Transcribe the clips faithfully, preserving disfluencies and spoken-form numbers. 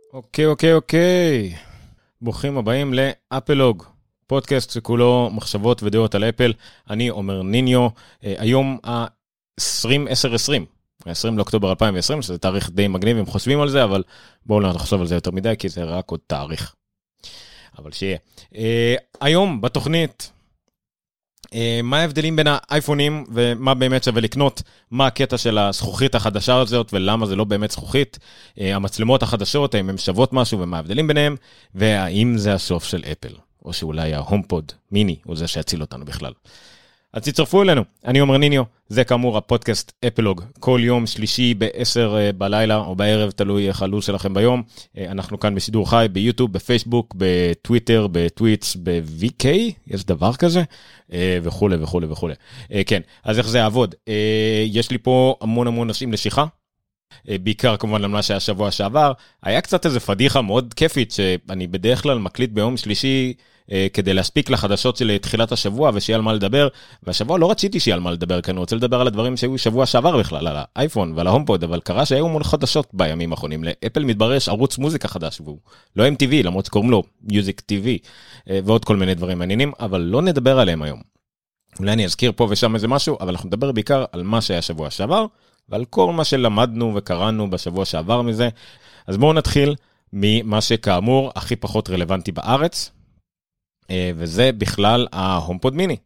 אוקיי, אוקיי, אוקיי. ברוכים הבאים לאפלוג, פודקאסט שכולו מחשבות ודעות על אפל. אני עומר ניניו, היום ה-עשרים עשר עשרים, ה-עשרים לאוקטובר אלפיים ועשרים, שזה תאריך די מגניב, הם חושבים על זה, אבל בואו לא נחשוב על זה יותר מדי, כי זה רק עוד תאריך. אבל שיהיה. היום בתוכנית, מה ההבדלים בין האייפונים ומה באמת שווה לקנות, מה הקטע של הזכוכית החדשה הזאת ולמה זה לא באמת זכוכית, המצלמות החדשות, האם הן שוות משהו ומה ההבדלים ביניהם, והאם זה הסוף של אפל, או שאולי ההומפוד מיני הוא זה שיציל אותנו בכלל. אז תצטרפו אלינו, אני עומר ניניו, זה כאמור הפודקאסט אפלוג, כל יום שלישי ב-עשר בלילה או בערב, תלוי איך הלו"ז שלכם ביום. אנחנו כאן בשידור חי, ביוטיוב, בפייסבוק, בטוויטר, בטוויטס, ב-וי קיי, יש דבר כזה, וכו' וכו' וכו'. כן, אז איך זה יעבוד? יש לי פה המון המון נושאים לשיחה, בעיקר כמובן למה שהיה שבוע שעבר, היה קצת איזה פדיחה מאוד כיפית, שאני בדרך כלל מקליט ביום שלישי, כדי להספיק לחדשות של תחילת השבוע, ושיהיה על מה לדבר, והשבוע לא רציתי שיהיה על מה לדבר, כי אני רוצה לדבר על הדברים שהיו שבוע שעבר בכלל, על האייפון ועל ההומפוד, אבל קרה שהיו מול חדשות בימים האחרונים, לאפל מתברש ערוץ מוזיקה חדש, והוא לא אם טי וי, למרות שקוראים לו מיוזיק טי וי, ועוד כל מיני דברים מעניינים, אבל לא נדבר עליהם היום. אולי אני אזכיר פה ושם איזה משהו, אבל אנחנו נדבר בעיקר על מה שהיה שבוע שעבר, ועל כל מה שלמדנו וקראנו בשבוע שעבר מזה. אז בואו נתחיל ממה שכאמור הכי פחות רלוונטי בארץ, וזה בכלל ההומפוד מיני.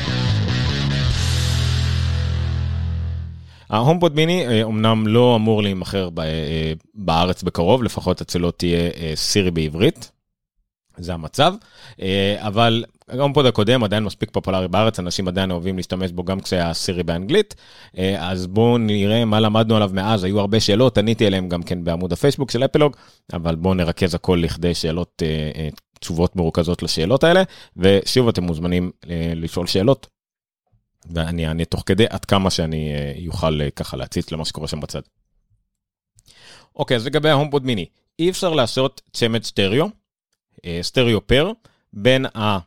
ההומפוד מיני אומנם לא אמור להימכר בארץ בקרוב, לפחות אצלו תהיה סירי בעברית, זה המצב, אבל ההומפוד הקודם עדיין מספיק פופולרי בארץ, אנשים עדיין אוהבים להשתמש בו גם כשהיה סירי באנגלית, אז בואו נראה מה למדנו עליו מאז, היו הרבה שאלות, עניתי אליהם גם כן בעמוד הפייסבוק של אפלוג, אבל בואו נרכז הכל לכדי שאלות, תשובות מרוכזות לשאלות האלה, ושוב אתם מוזמנים לשאול שאלות, ואני אענה תוך כדי עד כמה שאני יוכל ככה להציץ למה שקורה שם בצד. אוקיי, אז לגבי ההומפוד מיני, אי אפשר לעשות צמד סטריאו, סטריאו פר, בין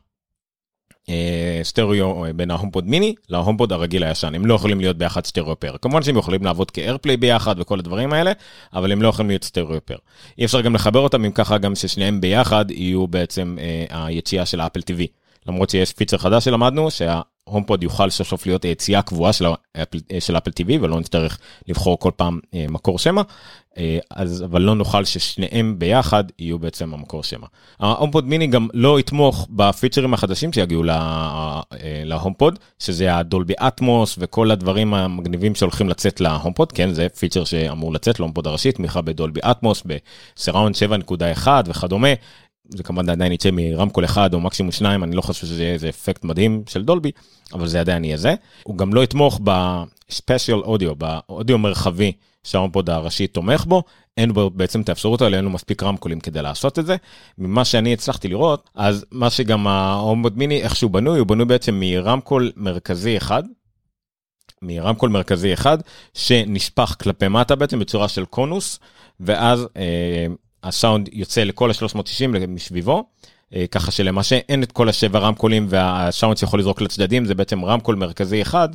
הסטריאו, בין ההומפוד מיני להומפוד הרגיל הישן. הם לא יכולים להיות ביחד סטריאו פר. כמובן שהם יכולים לעבוד כאיירפליי ביחד וכל הדברים האלה, אבל הם לא יכולים להיות סטריאו פר. אי אפשר גם לחבר אותם, אם ככה גם ששניהם ביחד יהיו בעצם היציאה של האפל טי וי. למרות שיש פיצ'ר חדש שלמדנו, שההומפוד יוכל סוף סוף להיות היציאה קבועה של האפל, של האפל טי וי, ולא נצטרך לבחור כל פעם מקור שמע, אז, אבל לא נוכל ששניהם ביחד יהיו בעצם המקור שמע. ההומפוד מיני גם לא יתמוך בפיצ'רים החדשים שיגיעו להומפוד, שזה הדולבי אטמוס וכל הדברים המגניבים שהולכים לצאת להומפוד, כן, זה פיצ'ר שאמור לצאת להומפוד הראשי, תמיכה בדולבי אטמוס, בסיראונד שבע נקודה אחת וכדומה, זה כמובן עדיין יצא מרמקול אחד או מקסימום שניים, אני לא חושב שזה יהיה איזה אפקט מדהים של דולבי, אבל זה עדיין יהיה זה. הוא גם לא יתמוך בספיישל אודיו, באודיו מרחבי שההומפוד הראשי תומך בו, אין בו בעצם את האפשרות האלה, אין לו מספיק רמקולים כדי לעשות את זה. ממה שאני הצלחתי לראות, אז מה שגם ההומפוד מיני, איך שהוא בנוי, הוא בנוי בעצם מרמקול מרכזי אחד, מרמקול מרכזי אחד, שנשפח כלפי מטה בעצם בצורה של קונוס, ואז אה, הסאונד יוצא לכל ה-שלוש מאות שישים מסביבו, ככה שלמעשה אין את כל השבע רמקולים והסאונד שיכול לזרוק לצדדים, זה בעצם רמקול מרכזי אחד,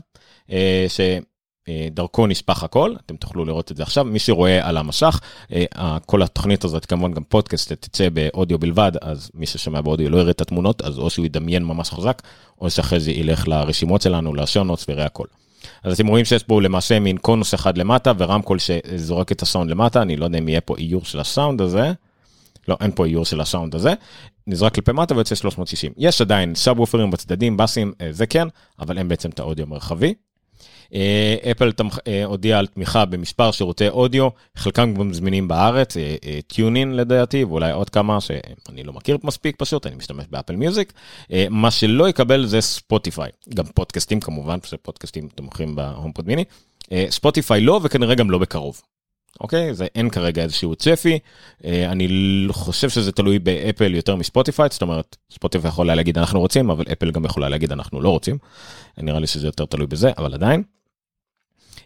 שדרכו נשפח הכל, אתם תוכלו לראות את זה עכשיו, מי שרואה על המשך, כל התוכנית הזאת כמובן גם פודקאסט תצא באודיו בלבד, אז מי ששומע באודיו לא יראה את התמונות, אז או שהוא ידמיין ממש חזק, או שאחרי זה ילך לרשימות שלנו, לשונוטס ויראה הכל. אז אתם רואים שיש פה למעשה מין קונוס אחד למטה, ורמקול שזורק את הסאונד למטה, אני לא יודע אם יהיה פה איור של הסאונד הזה, לא, אין פה איור של הסאונד הזה, נזרק כלפי מטה ויוצא שלוש מאות שישים. יש עדיין סאב-וופרים בצדדים, בסים, זה כן, אבל אין בעצם את האודיו מרחבי. אפל הודיע על תמיכה במספר שירותי אודיו, חלקם גם זמינים בארץ, טיונין לדעתי, ואולי עוד כמה שאני לא מכיר מספיק פשוט, אני משתמש באפל מיוזיק. מה שלא יקבל זה ספוטיפיי, גם פודקאסטים כמובן, פודקאסטים תומכים בהומפוד מיני, ספוטיפיי לא וכנראה גם לא בקרוב. אוקיי? זה אין כרגע איזשהו צפי, אני חושב שזה תלוי באפל יותר מספוטיפיי, זאת אומרת, ספוטיפיי יכולה להגיד אנחנו רוצים, אבל אפל גם יכולה להגיד אנחנו לא רוצים, נראה לי שזה יותר תלוי בזה, אבל עדיין.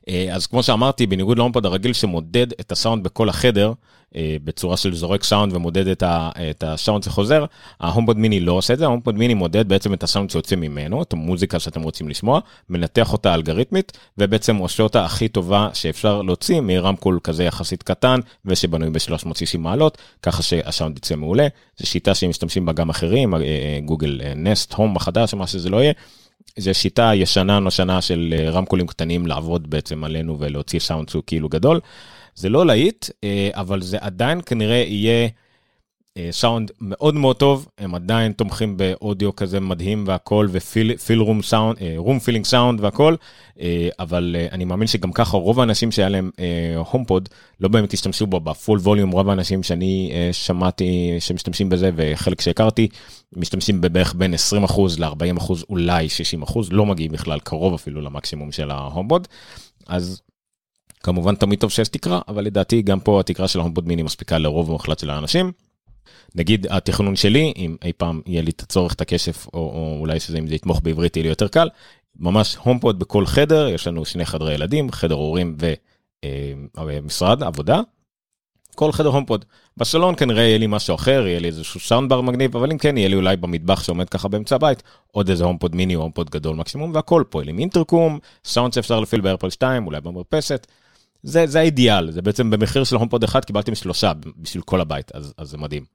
אז כמו שאמרתי, בניגוד להומפוד הרגיל שמודד את הסאונד בכל החדר, בצורה של זורק סאונד ומודד את הסאונד שחוזר, ההומפוד מיני לא עושה את זה, ההומפוד מיני מודד בעצם את הסאונד שיוצא ממנו, את המוזיקה שאתם רוצים לשמוע, מנתח אותה אלגוריתמית, ובעצם עושה אותה הכי טובה שאפשר להוציא מרמקול כזה יחסית קטן, ושבנוי ב-שלוש מאות ושישים מעלות, ככה שהסאונד יצא מעולה. זו שיטה שהם משתמשים בה גם אחרים, גוגל נסט, הום החדש, מה שזה לא יהיה. זו שיטה ישנה נושנה של רמקולים קטנים לעבוד בעצם עלינו ולהוציא סאונד שהוא כאילו גדול. זה לא להיט, אבל זה עדיין כנראה יהיה סאונד מאוד מאוד טוב, הם עדיין תומכים באודיו כזה מדהים והכל, ופיל רום סאונד, רום פילינג סאונד והכל, אבל אני מאמין שגם ככה רוב האנשים שהיה להם הומפוד, לא באמת השתמשו בו בפול ווליום, רוב האנשים שאני שמעתי שמשתמשים בזה, וחלק שהכרתי, משתמשים בבערך בין עשרים אחוז ל-ארבעים אחוז, אולי שישים אחוז, לא מגיעים בכלל קרוב אפילו למקסימום של ההומפוד, אז כמובן תמיד טוב שיש תקרה, אבל לדעתי גם פה התקרה של ההומפוד מיני מספיקה לרוב המוחלט של האנשים. נגיד התכנון שלי, אם אי פעם יהיה לי את הצורך, את הקשף, או, או אולי שזה, אם זה יתמוך בעברית, יהיה לי יותר קל, ממש הומפוד בכל חדר, יש לנו שני חדרי ילדים, חדר הורים ומשרד, עבודה, כל חדר הומפוד. בסלון כנראה יהיה לי משהו אחר, יהיה לי איזשהו סאונדבר מגניב, אבל אם כן, יהיה לי אולי במטבח שעומד ככה באמצע הבית, עוד איזה הומפוד מיני או הומפוד גדול מקסימום, והכל פה, עם אינטרקום, סאונד שאפשר להפעיל באיירפוד שתיים, אולי במרפסת, זה, זה האידיאל, זה בעצם במחיר של הומפוד אחד, קיבלתם שלושה בשביל כל הבית, אז, אז זה מדהים.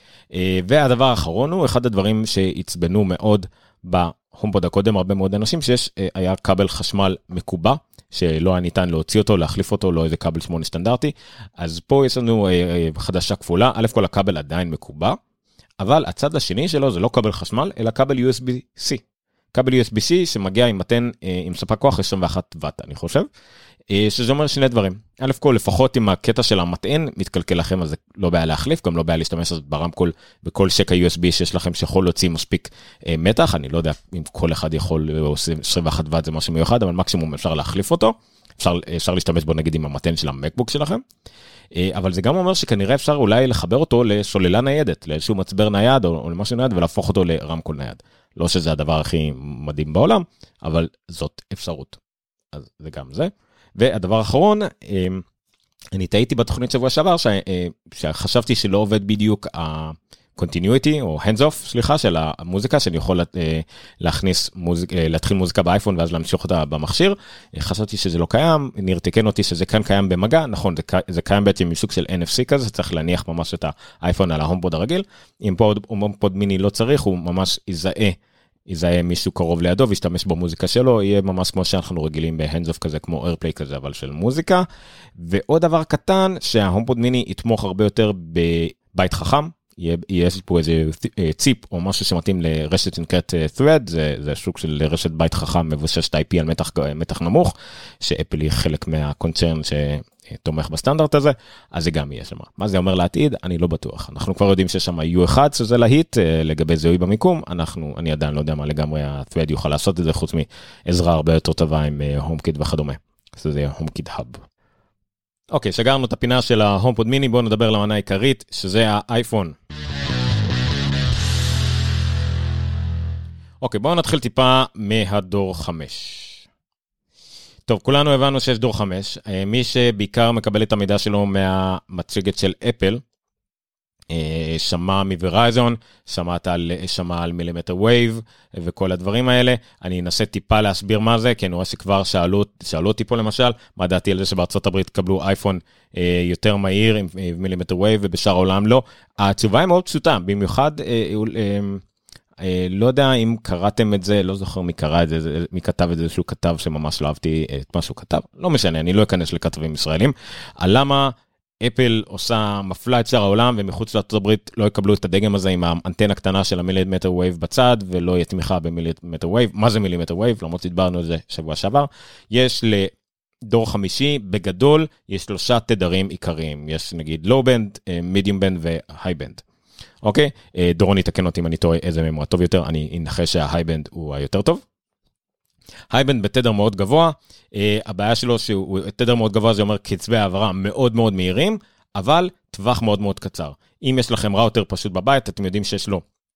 והדבר האחרון הוא, אחד הדברים שהצבנו מאוד בהומפוד הקודם, הרבה מאוד אנשים, שיש, היה כבל חשמל מקובע, שלא היה ניתן להוציא אותו, להחליף אותו, לא איזה כבל שמונה סטנדרטי, אז פה יש לנו חדשה כפולה, א' כל הכבל עדיין מקובע, אבל הצד השני שלו זה לא כבל חשמל, אלא כבל יו אס בי סי. כבל יו אס בי סי שמגיע עם מתן, עם ספק כוח עשרים ואחת וואט, אני חושב, שזה אומר שני דברים. א' כל, לפחות עם הקטע של המטען, מתקלקל לכם, אז זה לא בעיה להחליף, גם לא בעיה להשתמש ברמקול, בכל שקע יו אס בי שיש לכם שיכול להוציא מספיק אה, מתח, אני לא יודע אם כל אחד יכול, או עשרים ואחת וואט זה משהו מיוחד, אבל מקסימום אפשר להחליף אותו, אפשר, אפשר להשתמש בו נגיד עם המטען של המקבוק שלכם, אה, אבל זה גם אומר שכנראה אפשר אולי לחבר אותו לשוללה ניידת, לאיזשהו מצבר נייד, או, או למשהו נייד, ולהפוך אותו לרמקול נייד. לא שזה הדבר הכי מדהים בעולם, אבל זאת אפשרות. אז זה גם זה. והדבר האחרון, אני טעיתי בתוכנית שבוע שעבר, שחשבתי שלא עובד בדיוק ה-continuity, או hands-off, סליחה, של המוזיקה, שאני יכול להכניס, להתחיל מוזיקה באייפון, ואז להמשיך אותה במכשיר. חשבתי שזה לא קיים, ניר תיקן אותי שזה כאן קיים במגע, נכון, זה קיים בעצם מסוג של אן אף סי כזה, צריך להניח ממש את האייפון על ההומפוד הרגיל. אם פה הומפוד מיני לא צריך, הוא ממש יזהה, יזהה מישהו קרוב לידו, וישתמש במוזיקה שלו, יהיה ממש כמו שאנחנו רגילים בהנדס-אוף כזה, כמו איירפליי כזה, אבל של מוזיקה. ועוד דבר קטן, שההומפוד מיני יתמוך הרבה יותר בבית חכם, יש פה איזה ציפ או משהו שמתאים לרשת שנקראת Thread, זה, זה שוק של רשת בית חכם מבוששת איי פי על מתח, מתח נמוך, שאפל היא חלק מהקונצרן שתומך בסטנדרט הזה, אז זה גם יהיה שם. מה זה אומר לעתיד? אני לא בטוח. אנחנו כבר יודעים שיש שם יו אחת, שזה להיט, לגבי זיהוי במיקום, אנחנו, אני עדיין לא יודע מה לגמרי ה-Thread יוכל לעשות את זה, חוץ מעזרה הרבה יותר טובה עם HomeKit וכדומה. זה יהיה HomeKit Hub. אוקיי, שגרנו את הפינה של ההומפוד מיני, בואו נדבר למנה העיקרית, שזה האייפון. אוקיי, בואו נתחיל טיפה מהדור חמש. טוב, כולנו הבנו שיש דור חמש, מי שבעיקר מקבל את המידע שלו מהמצגת של אפל, שמע מוורייזון, שמעת על, שמע על מילימטר וייב וכל הדברים האלה. אני אנסה טיפה להסביר מה זה, כי אני רואה שכבר שאלו, שאלו אותי פה למשל, מה דעתי על זה שבארצות הברית קבלו אייפון אה, יותר מהיר עם מילימטר וייב ובשאר העולם לא. התשובה היא מאוד פשוטה, במיוחד, אה, אה, אה, לא יודע אם קראתם את זה, לא זוכר מי קרא את זה, מי כתב את זה, איזשהו כתב שממש לא אהבתי את מה שהוא כתב, לא משנה, אני לא אכנס לכתבים ישראלים, על למה אפל עושה מפלה את שאר העולם, ומחוץ לארצות הברית לא יקבלו את הדגם הזה עם האנטנה קטנה של המילימטר וייב בצד, ולא יהיה תמיכה במילימטר וייב. מה זה מילימטר וייב? למרות שדברנו על זה שבוע שעבר. יש לדור חמישי, בגדול, יש שלושה תדרים עיקריים. יש נגיד לואו בנד, מידיום בנד והיי בנד. אוקיי? דורון יתקן אותי אם אני טועה איזה מהם הוא הטוב יותר, אני אנחש שההיי בנד הוא היותר טוב. הייבנד בתדר מאוד גבוה, uh, הבעיה שלו שהוא תדר מאוד גבוה, זה אומר קצבי העברה מאוד מאוד מהירים, אבל טווח מאוד מאוד קצר. אם יש לכם ראוטר פשוט בבית, אתם יודעים שיש לו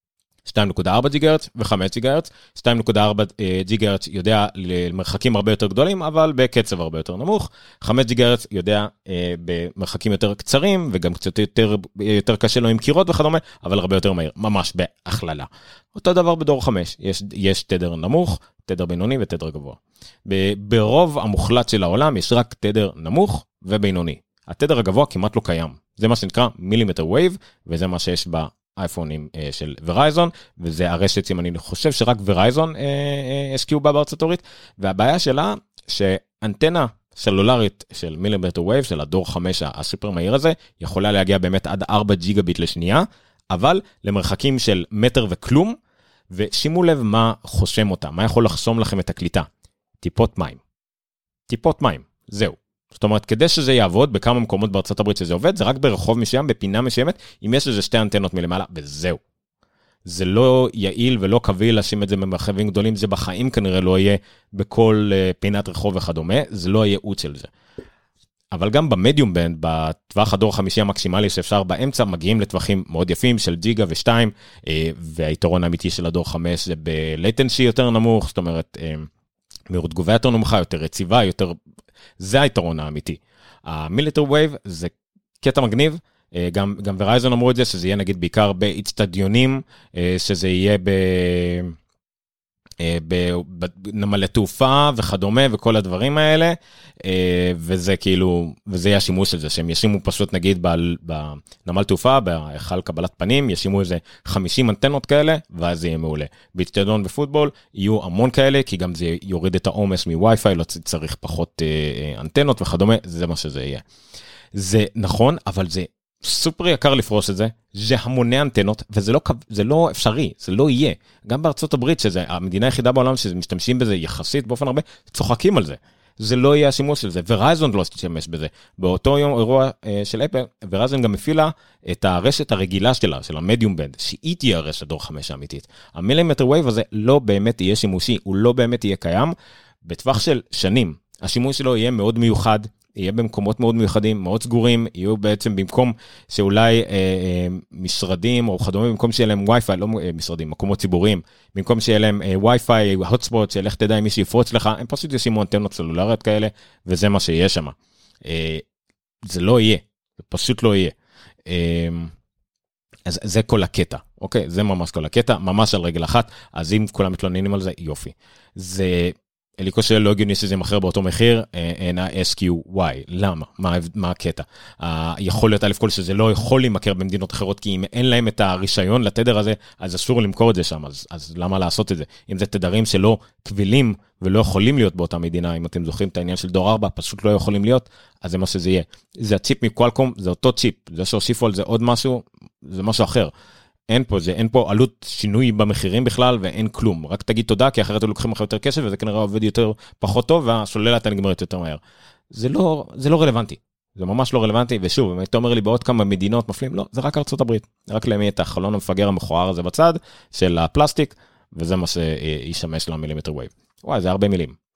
שתיים נקודה ארבע גיגהרץ ו-חמש גיגהרץ. שתיים נקודה ארבע גיגהרץ יודע למרחקים הרבה יותר גדולים, אבל בקצב הרבה יותר נמוך. חמש גיגהרץ יודע אה, במרחקים יותר קצרים, וגם קצת יותר, יותר קשה לו עם קירות וכדומה, אבל הרבה יותר מהיר, ממש בהכללה. אותו דבר בדור חמש, יש, יש תדר נמוך, תדר בינוני ותדר גבוה. ברוב המוחלט של העולם יש רק תדר נמוך ובינוני. התדר הגבוה כמעט לא קיים. זה מה שנקרא מילימטר וייב, וזה מה שיש באייפונים אה, של ורייזון, וזה הרשת, אם אני חושב שרק ורייזון אה, אה, השקיעו בה בארצות הברית, והבעיה שלה, שאנטנה סלולרית של מילימטר וייב, של הדור חמש הסופר מהיר הזה, יכולה להגיע באמת עד ארבע ג'יגביט לשנייה, אבל למרחקים של מטר וכלום, ושימו לב מה חושם אותה, מה יכול לחסום לכם את הקליטה. טיפות מים. טיפות מים, זהו. זאת אומרת, כדי שזה יעבוד בכמה מקומות בארצות הברית שזה עובד, זה רק ברחוב מסוים, בפינה מסוימת, אם יש לזה שתי אנטנות מלמעלה, וזהו. זה לא יעיל ולא קביל לשים את זה במרחבים גדולים, זה בחיים כנראה לא יהיה בכל פינת רחוב וכדומה, זה לא הייעוד של זה. אבל גם במדיום בנד, בטווח הדור החמישי המקסימלי שאפשר באמצע, מגיעים לטווחים מאוד יפים של ג'יגה ושתיים, והיתרון האמיתי של הדור חמש זה בלייטנסי יותר נמוך, זאת אומרת, מהירות תגובה יותר נמוכה, יותר רציבה, יותר... זה היתרון האמיתי. המיליטר וייב זה קטע מגניב, גם, גם ורייזון אמרו את זה, שזה יהיה נגיד בעיקר באצטדיונים, שזה יהיה ב... בנמלי תעופה וכדומה וכל הדברים האלה, וזה כאילו, וזה יהיה השימוש של זה, שהם ישימו פשוט נגיד בנמל תעופה, בהיכל קבלת פנים, ישימו איזה חמישים אנטנות כאלה, ואז זה יהיה מעולה. באצטדיון ופוטבול יהיו המון כאלה, כי גם זה יוריד את העומס מווי-פיי, לא צריך פחות אנטנות וכדומה, זה מה שזה יהיה. זה נכון, אבל זה סופר יקר לפרוס את זה, זה המוני אנטנות, וזה לא, זה לא אפשרי, זה לא יהיה. גם בארצות הברית, שזה המדינה היחידה בעולם שמשתמשים בזה יחסית באופן הרבה, צוחקים על זה. זה לא יהיה השימוש של זה, ורייזון לא תשתמש בזה. באותו יום אירוע אה, של אפל, ורייזון גם מפעילה את הרשת הרגילה שלה, של המדיום בנד, שהיא תהיה הרשת דור חמש האמיתית. המילימטר וייב הזה לא באמת יהיה שימושי, הוא לא באמת יהיה קיים, בטווח של שנים. השימוש שלו יהיה מאוד מיוחד, יהיה במקומות מאוד מיוחדים, מאוד סגורים, יהיו בעצם במקום שאולי אה, אה, משרדים או כדומה, במקום שיהיה להם וי-פיי, לא אה, משרדים, מקומות ציבוריים, במקום שיהיה להם אה, וי-פיי, הוטספוט, שלך תדע אם מי שיפרוץ לך, הם פשוט ישימו אנטנות סלולריות כאלה, וזה מה שיהיה שם. אה, זה לא יהיה, זה פשוט לא יהיה. אה, אז זה כל הקטע, אוקיי? זה ממש כל הקטע, ממש על רגל אחת, אז אם כולם מתלוננים על זה, יופי. זה... אליקו שואל לא הגיוני שזה ימחר באותו מחיר, אין ה-אס קיו וואי, למה? מה, מה הקטע? יכול להיות א' כל שזה לא יכול להימכר במדינות אחרות, כי אם אין להם את הרישיון לתדר הזה, אז אסור למכור את זה שם, אז, אז למה לעשות את זה? אם זה תדרים שלא קבילים ולא יכולים להיות באותה מדינה, אם אתם זוכרים את העניין של דור ארבע, פשוט לא יכולים להיות, אז זה מה שזה יהיה. זה הצ'יפ מקואלקום, זה אותו צ'יפ, זה שהוסיפו על זה עוד משהו, זה משהו אחר. אין פה, זה, אין פה עלות שינוי במחירים בכלל, ואין כלום. רק תגיד תודה, כי אחרת הם לוקחים לך יותר כסף, וזה כנראה עובד יותר פחות טוב, והשוללת נגמרת יותר מהר. זה לא, זה לא רלוונטי. זה ממש לא רלוונטי, ושוב, אם אתה אומר לי בעוד כמה מדינות מפלים, לא, זה רק ארצות הברית. רק למי את החלון המפגר המכוער הזה בצד, של הפלסטיק, וזה מה שישמש למילימטר וייב. וואי, זה הרבה מילים.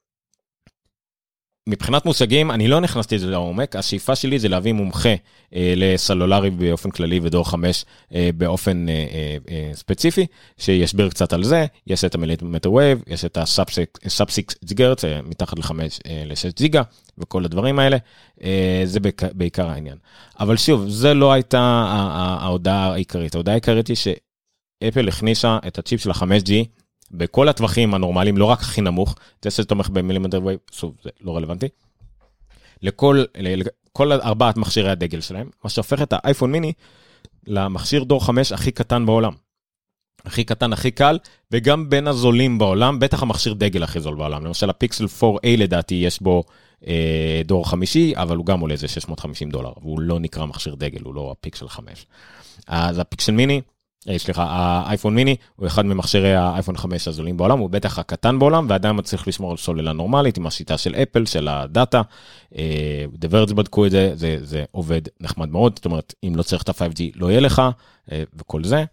מבחינת מושגים, אני לא נכנסתי לזה לעומק, השאיפה שלי זה להביא מומחה אה, לסלולרי באופן כללי ודור חמש אה, באופן אה, אה, ספציפי, שישביר קצת על זה, יש את המילימטר וייב, יש את הסאב-סיקס גיגהרץ, אה, מתחת לחמש אה, לשש ג'יגה, וכל הדברים האלה, אה, זה בעיקר, בעיקר העניין. אבל שוב, זה לא הייתה ההודעה העיקרית, ההודעה העיקרית היא שאפל הכניסה את הצ'יפ של ה-חמש ג'י, בכל הטווחים הנורמליים, לא רק הכי נמוך, זה שתומך במילימטר וייב, שוב, זה לא רלוונטי, לכל, לכל ארבעת מכשירי הדגל שלהם, מה שהופך את האייפון מיני למכשיר דור חמש הכי קטן בעולם. הכי קטן, הכי קל, וגם בין הזולים בעולם, בטח המכשיר דגל הכי זול בעולם. למשל, הפיקסל פור איי לדעתי יש בו אה, דור חמישי, אבל הוא גם עולה איזה שש מאות וחמישים דולר, והוא לא נקרא מכשיר דגל, הוא לא הפיקסל חמש. אז הפיקסל מיני, סליחה, האייפון מיני הוא אחד ממכשירי האייפון חמש הזולים בעולם, הוא בטח הקטן בעולם, ועדיין מצליח לשמור על סוללה נורמלית, עם השיטה של אפל, של הדאטה, The Verge בדקו את זה, זה, זה עובד נחמד מאוד, זאת אומרת, אם לא צריך את ה-פייב ג'י, לא יהיה לך, וכל זה,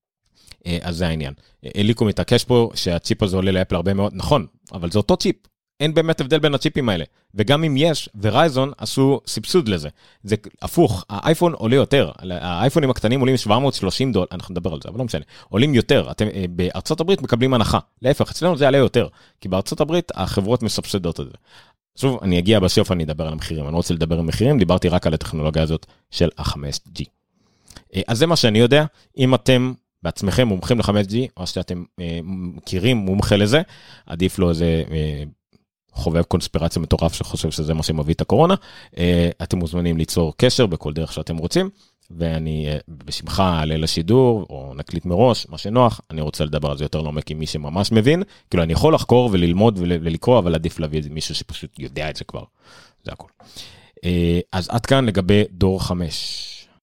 אז זה העניין. אליקו מתעקש פה, שהצ'יפ הזה עולה לאפל הרבה מאוד, נכון, אבל זה אותו צ'יפ, אין באמת הבדל בין הצ'יפים האלה. וגם אם יש, ורייזון עשו סבסוד לזה. זה הפוך, האייפון עולה יותר. האייפונים הקטנים עולים שבע מאות ושלושים דולר, אנחנו נדבר על זה, אבל לא משנה. עולים יותר. אתם בארצות הברית מקבלים הנחה. להפך, אצלנו זה יעלה יותר. כי בארצות הברית החברות מסבסדות את זה. שוב, אני אגיע בסוף, אני אדבר על המחירים. אני לא רוצה לדבר על מחירים, דיברתי רק על הטכנולוגיה הזאת של ה-חמש ג'י. אז זה מה שאני יודע. אם אתם בעצמכם מומחים ל-חמש ג'י, או שאתם מכירים מומחה לזה, עדיף לו איזה חובב קונספירציה מטורף שחושב שזה מה שמביא את הקורונה. אתם מוזמנים ליצור קשר בכל דרך שאתם רוצים, ואני בשמחה אעלה לשידור, או נקליט מראש, מה שנוח. אני רוצה לדבר על זה יותר לעומק עם מי שממש מבין. כאילו, אני יכול לחקור וללמוד ולקרוא, אבל עדיף להביא מישהו שפשוט יודע את זה כבר. זה הכל. אז עד כאן לגבי דור חמש.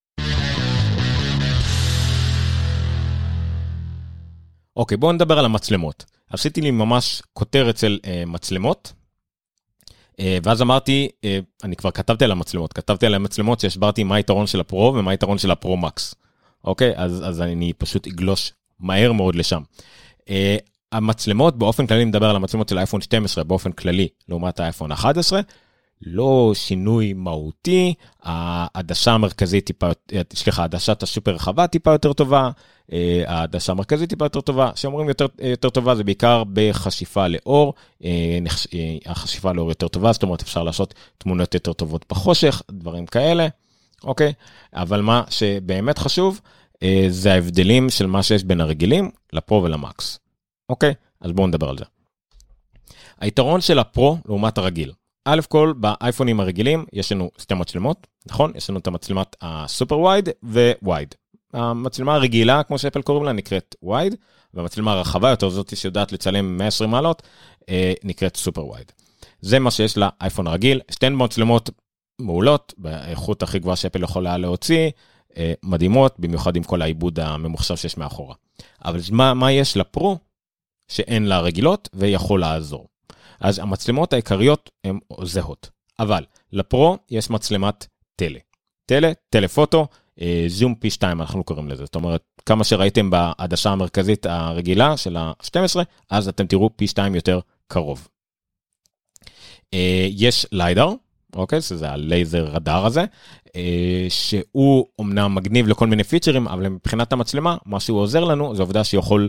אוקיי, בואו נדבר על המצלמות. עשיתי לי ממש כותרת של uh, מצלמות, uh, ואז אמרתי, uh, אני כבר כתבתי על המצלמות, כתבתי על המצלמות שהשברתי מה היתרון של הפרו ומה היתרון של הפרו מקס. אוקיי, אז, אז אני פשוט אגלוש מהר מאוד לשם. Uh, המצלמות, באופן כללי, מדבר על המצלמות של האייפון שתים עשרה, באופן כללי, לעומת האייפון אחת עשרה, לא שינוי מהותי, העדשה המרכזית טיפה, סליחה, העדשת הסופר רחבה טיפה יותר טובה, העדשה המרכזית טיפה יותר טובה, שאומרים יותר, יותר טובה, זה בעיקר בחשיפה לאור, החשיפה לאור יותר טובה, זאת אומרת אפשר לעשות תמונות יותר טובות בחושך, דברים כאלה, אוקיי? אבל מה שבאמת חשוב, זה ההבדלים של מה שיש בין הרגילים, לפרו ולמקס, אוקיי? אז בואו נדבר על זה. היתרון של הפרו לעומת הרגיל, א' כל, באייפונים הרגילים יש לנו שתי מצלמות, נכון? יש לנו את המצלמת הסופר ווייד ווייד. המצלמה הרגילה, כמו שאפל קוראים לה, נקראת ווייד, והמצלמה הרחבה יותר, זאת שיודעת לצלם מאה ועשרים מעלות, נקראת סופר ווייד. זה מה שיש לאייפון הרגיל, שתיהן מצלמות מעולות, באיכות הכי גבוהה שאפל יכולה להוציא, מדהימות, במיוחד עם כל העיבוד הממוחשב שיש מאחורה. אבל מה, מה יש לפרו שאין לה רגילות ויכול לעזור? אז המצלמות העיקריות הן זהות, אבל לפרו יש מצלמת טלה. טלה, טלפוטו, זום פי שתיים, אנחנו קוראים לזה. זאת אומרת, כמה שראיתם בעדשה המרכזית הרגילה של ה-שתים עשרה, אז אתם תראו פי שתיים יותר קרוב. יש ליידר, אוקיי, שזה הלייזר רדאר הזה, שהוא אומנם מגניב לכל מיני פיצ'רים, אבל מבחינת המצלמה, מה שהוא עוזר לנו, זה עובדה שיכול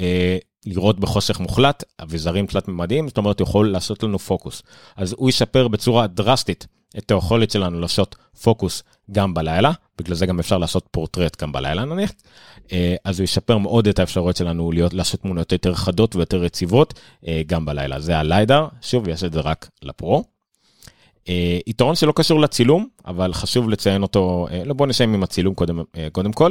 לראות בחושך מוחלט, אביזרים תלת ממדיים, זאת אומרת, יכול לעשות לנו פוקוס. אז הוא ישפר בצורה דרסטית את היכולת שלנו לעשות פוקוס גם בלילה, בגלל זה גם אפשר לעשות פורטרט גם בלילה נניח, אז הוא ישפר מאוד את האפשרויות שלנו להיות, לעשות תמונות יותר חדות ויותר רציבות גם בלילה. זה הליידר, שוב, יש את זה רק לפרו. יתרון שלא קשור לצילום, אבל חשוב לציין אותו, לא בוא נשאם עם הצילום קודם, קודם כל.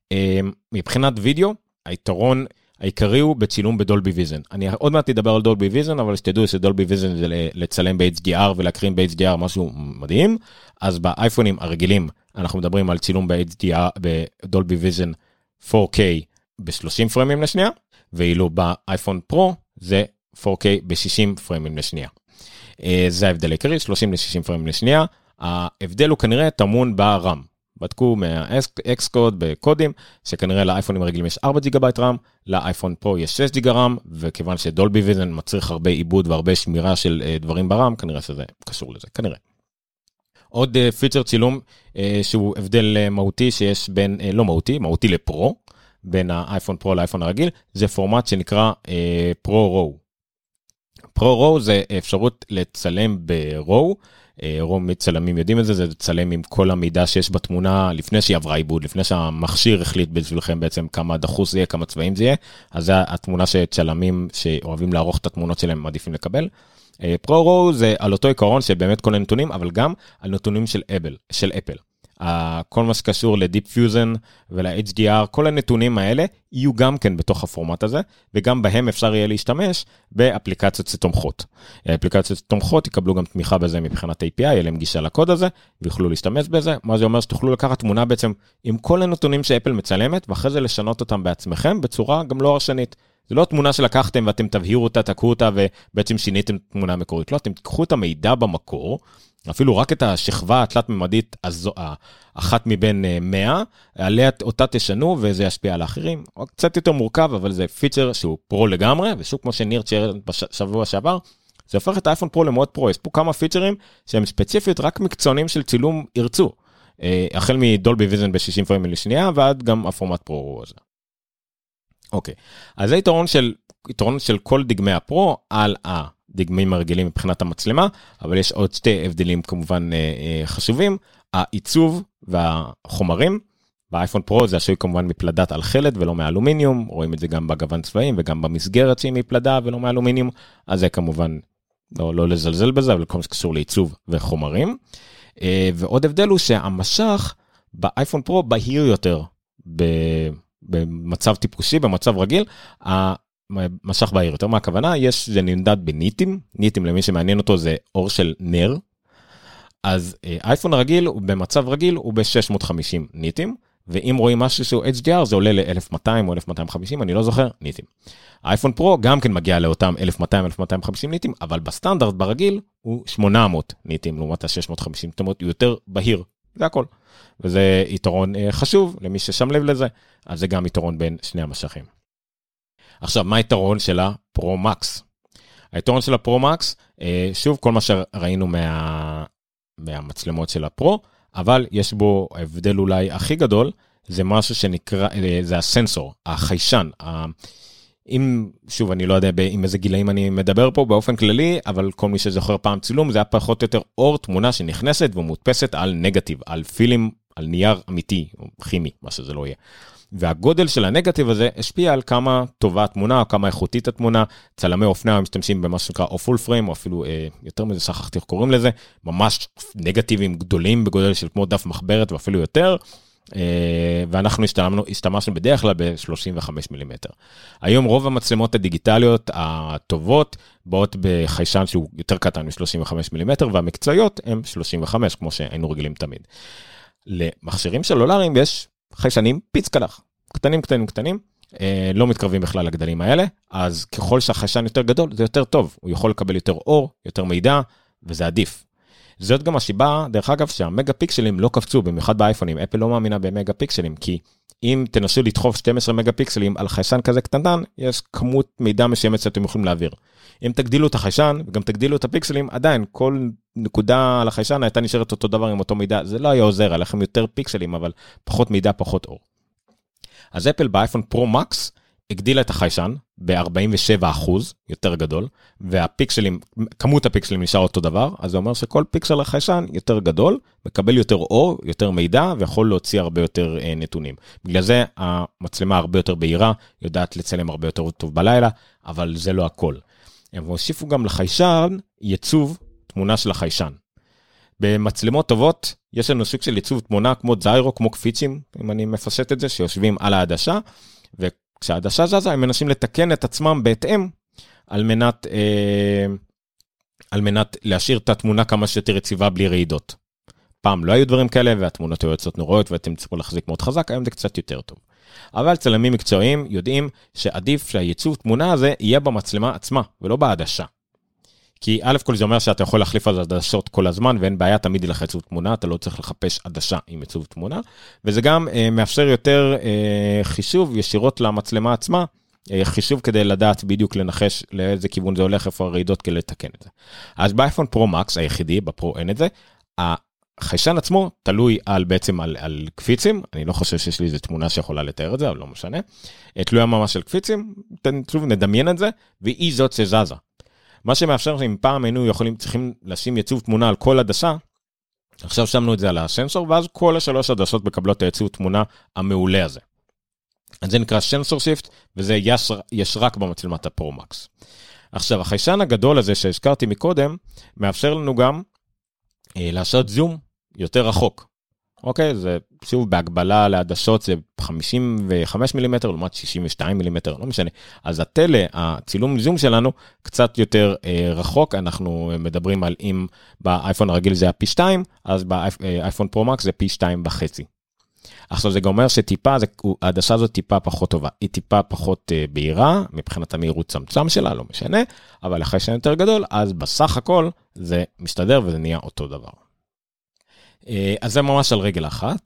מבחינת וידאו, היתרון העיקרי הוא בצילום בדולבי ויזן. אני עוד מעט אדבר על דולבי ויזן, אבל שתדעו שדולבי ויזן זה לצלם ב-אייץ' די אר ולהקרין ב-אייץ' די אר משהו מדהים, אז באייפונים הרגילים אנחנו מדברים על צילום ב-אייץ' די אר, בדולבי ויזן פור קיי ב-שלושים פריימים לשנייה, ואילו באייפון פרו זה פור קיי ב-שישים פריימים לשנייה. זה ההבדל העיקרי, שלושים ל-שישים פריימים לשנייה. ההבדל הוא כנראה טמון ברם. בדקו מה-Xcode בקודים, שכנראה לאייפונים הרגילים יש ארבע ג'יגה בייט רם, לאייפון פרו יש שש ג'יגה רם, וכיוון שדולבי ויזן מצריך הרבה עיבוד והרבה שמירה של דברים ברם, כנראה שזה קשור לזה, כנראה. עוד פיצ'ר צילום שהוא הבדל מהותי שיש בין, לא מהותי, מהותי לפרו, בין האייפון פרו לאייפון הרגיל, זה פורמט שנקרא פרו-רו. פרו-רו זה אפשרות לצלם ברו, רוב מצלמים יודעים את זה, זה לצלם עם כל המידע שיש בתמונה לפני שהיא עברה עיבוד, לפני שהמכשיר החליט בשבילכם בעצם כמה דחוס זה יהיה, כמה צבעים זה יהיה, אז זה התמונה שצלמים שאוהבים לערוך את התמונות שלהם מעדיפים לקבל. פרו-רו זה על אותו עיקרון שבאמת כל הנתונים, אבל גם על נתונים של אפל, של אפל. כל מה שקשור לדיפ פיוזן ול-אייץ' די אר, כל הנתונים האלה יהיו גם כן בתוך הפורמט הזה, וגם בהם אפשר יהיה להשתמש באפליקציות שתומכות. האפליקציות שתומכות יקבלו גם תמיכה בזה מבחינת איי פי איי, יהיה להם גישה לקוד הזה, ויוכלו להשתמש בזה. מה זה אומר? שתוכלו לקחת תמונה בעצם עם כל הנתונים שאפל מצלמת, ואחרי זה לשנות אותם בעצמכם בצורה גם לא הרשנית. זה לא תמונה שלקחתם ואתם תבהירו אותה, תקעו אותה ובעצם שיניתם תמונה מקורית. לא, אתם תיקחו את המידע במקור, אפילו רק את השכבה התלת-ממדית אחת מבין מאה, עליה אותה תשנו וזה ישפיע על האחרים. קצת יותר מורכב, אבל זה פיצ'ר שהוא פרו לגמרי, ושוב כמו שניר צ'רד בשבוע שעבר, זה הופך את האייפון פרו למאוד פרו, יש פה כמה פיצ'רים שהם ספציפית רק מקצוענים של צילום ירצו, החל מדולבי ויז'ן ב-שישים פריים לשנייה, ועד גם הפורמט פרו הזה. אוקיי, אז זה יתרון של, יתרון של כל דגמי הפרו על הדגמים הרגילים מבחינת המצלמה, אבל יש עוד שתי הבדלים כמובן חשובים, העיצוב והחומרים, באייפון פרו זה עשוי כמובן מפלדת על חלד ולא מאלומיניום, רואים את זה גם בגוון צבעים וגם במסגרת שהיא מפלדה ולא מאלומיניום, אז זה כמובן לא, לא לזלזל בזה, אבל כל מה שקשור לעיצוב וחומרים. ועוד הבדל הוא שהמשך באייפון פרו בהיר יותר, במצב טיפוסי, במצב רגיל, המשך בהיר יותר. מה הכוונה? יש, זה נמדד בניטים, ניטים למי שמעניין אותו זה אור של נר, אז אייפון רגיל, במצב רגיל, הוא ב-שש מאות וחמישים ניטים, ואם רואים משהו שהוא אייץ' די אר, זה עולה ל-אלף ומאתיים או אלף ומאתיים וחמישים, אני לא זוכר, ניטים. האייפון פרו גם כן מגיע לאותם אלף ומאתיים אלף ומאתיים וחמישים ניטים, אבל בסטנדרט ברגיל הוא שמונה מאות ניטים, לעומת ה-שש מאות וחמישים, זאת אומרת, הוא יותר בהיר, זה הכל. וזה יתרון חשוב למי ששם לב לזה, אז זה גם יתרון בין שני המשכים. עכשיו, מה היתרון של הפרו מקס? היתרון של הפרו מקס, שוב, כל מה שראינו מה... מהמצלמות של הפרו, אבל יש בו הבדל אולי הכי גדול, זה משהו שנקרא, זה הסנסור, החיישן. אם, שוב, אני לא יודע עם איזה גילאים אני מדבר פה באופן כללי, אבל כל מי שזוכר פעם צילום, זה היה פחות או יותר אור תמונה שנכנסת ומודפסת על נגטיב, על פילים, על נייר אמיתי, או כימי, מה שזה לא יהיה. והגודל של הנגטיב הזה השפיע על כמה טובה התמונה, או כמה איכותית התמונה. צלמי אופנה משתמשים במה שנקרא או פול פריים, או אפילו אה, יותר מזה, שכחתי איך קוראים לזה, ממש נגטיבים גדולים בגודל של כמו דף מחברת ואפילו יותר, אה, ואנחנו השתמשנו, השתמשנו בדרך כלל ב-שלושים וחמישה מילימטר. היום רוב המצלמות הדיגיטליות הטובות באות בחיישן שהוא יותר קטן מ-שלושים וחמישה מילימטר, והמקצועיות הם שלושים וחמש, כמו שהיינו רגילים תמיד. למכשירים סלולריים יש חיישנים פיץ קלח, קטנים קטנים קטנים, אה, לא מתקרבים בכלל לגדלים האלה, אז ככל שהחיישן יותר גדול, זה יותר טוב, הוא יכול לקבל יותר אור, יותר מידע, וזה עדיף. זאת גם השיבה, דרך אגב, שהמגה פיקסלים לא קפצו, במיוחד באייפונים, אפל לא מאמינה במגה פיקסלים, כי אם תנסו לדחוף שנים עשר מגה פיקסלים על חיישן כזה קטנטן, יש כמות מידע מסוימת שאתם יכולים להעביר. אם תגדילו את החיישן, וגם תגדילו את הפיקסלים, עדיין כל נקודה על החיישן הייתה נשארת אותו דבר עם אותו מידע, זה לא היה עוזר, עליכם יותר פיקסלים, אבל פחות מידע, פחות אור. אז אפל באייפון פרו מקס הגדילה את החיישן ב-ארבעים ושבעה אחוז, יותר גדול, והפיקסלים, כמות הפיקסלים נשאר אותו דבר, אז זה אומר שכל פיקסל לחיישן יותר גדול, מקבל יותר אור, יותר מידע, ויכול להוציא הרבה יותר אה, נתונים. בגלל זה המצלמה הרבה יותר בהירה, יודעת לצלם הרבה יותר טוב בלילה, אבל זה לא הכל. הם הוסיפו גם לחיישן ייצוב תמונה של החיישן. במצלמות טובות, יש לנו סוג של ייצוב תמונה כמו זיירו, כמו קפיצ'ים, אם אני מפשט את זה, שיושבים על העדשה, וכשהעדשה זזה, הם מנסים לתקן את עצמם בהתאם, על מנת, אה, על מנת להשאיר את התמונה כמה שיותר יציבה בלי רעידות. פעם לא היו דברים כאלה, והתמונות היו יוצאות נוראות, ואתם צריכו להחזיק מאוד חזק, היום זה קצת יותר טוב. אבל צלמים מקצועיים יודעים שעדיף שהייצוב תמונה הזה יהיה במצלמה עצמה, ולא בעדשה. כי א' כל זה אומר שאתה יכול להחליף על עדשות כל הזמן, ואין בעיה תמיד ילך ייצוב תמונה, אתה לא צריך לחפש עדשה עם ייצוב תמונה, וזה גם אה, מאפשר יותר אה, חישוב ישירות למצלמה עצמה, אה, חישוב כדי לדעת בדיוק לנחש לאיזה כיוון זה הולך, איפה הרעידות כדי לתקן את זה. אז באייפון פרו מקס היחידי, בפרו אין את זה, החיישן עצמו תלוי על בעצם על, על קפיצים, אני לא חושב שיש לי איזו תמונה שיכולה לתאר את זה, אבל לא משנה, תלויה ממש של קפיצים, שוב נדמיין את זה, והיא זאת שזזה. מה שמאפשר שאם פעם היינו יכולים, צריכים לשים ייצוב תמונה על כל עדשה, עכשיו שמנו את זה על הסנסור, ואז כל השלוש עדשות מקבלות את הייצוב תמונה המעולה הזה. אז זה נקרא סנסור שיפט, וזה יש, יש רק במצלמת הפרו מקס. עכשיו, החיישן הגדול הזה שהזכרתי מקודם, מאפשר לנו גם אה, לעשות זום יותר רחוק. אוקיי, זה שוב בהגבלה לעדשות זה חמישים וחמישה מילימטר, לעומת שישים ושניים מילימטר, לא משנה. אז הטלה, הצילום זום שלנו, קצת יותר אה, רחוק, אנחנו מדברים על אם באייפון הרגיל זה היה פי שתיים, אז באייפון פרו מקס זה פי שתיים וחצי. עכשיו זה גם אומר שטיפה, זה, העדשה הזאת טיפה פחות טובה, היא טיפה פחות אה, בהירה, מבחינת המהירות צמצם שלה, לא משנה, אבל אחרי שאני יותר גדול, אז בסך הכל זה מסתדר וזה נהיה אותו דבר. אז זה ממש על רגל אחת.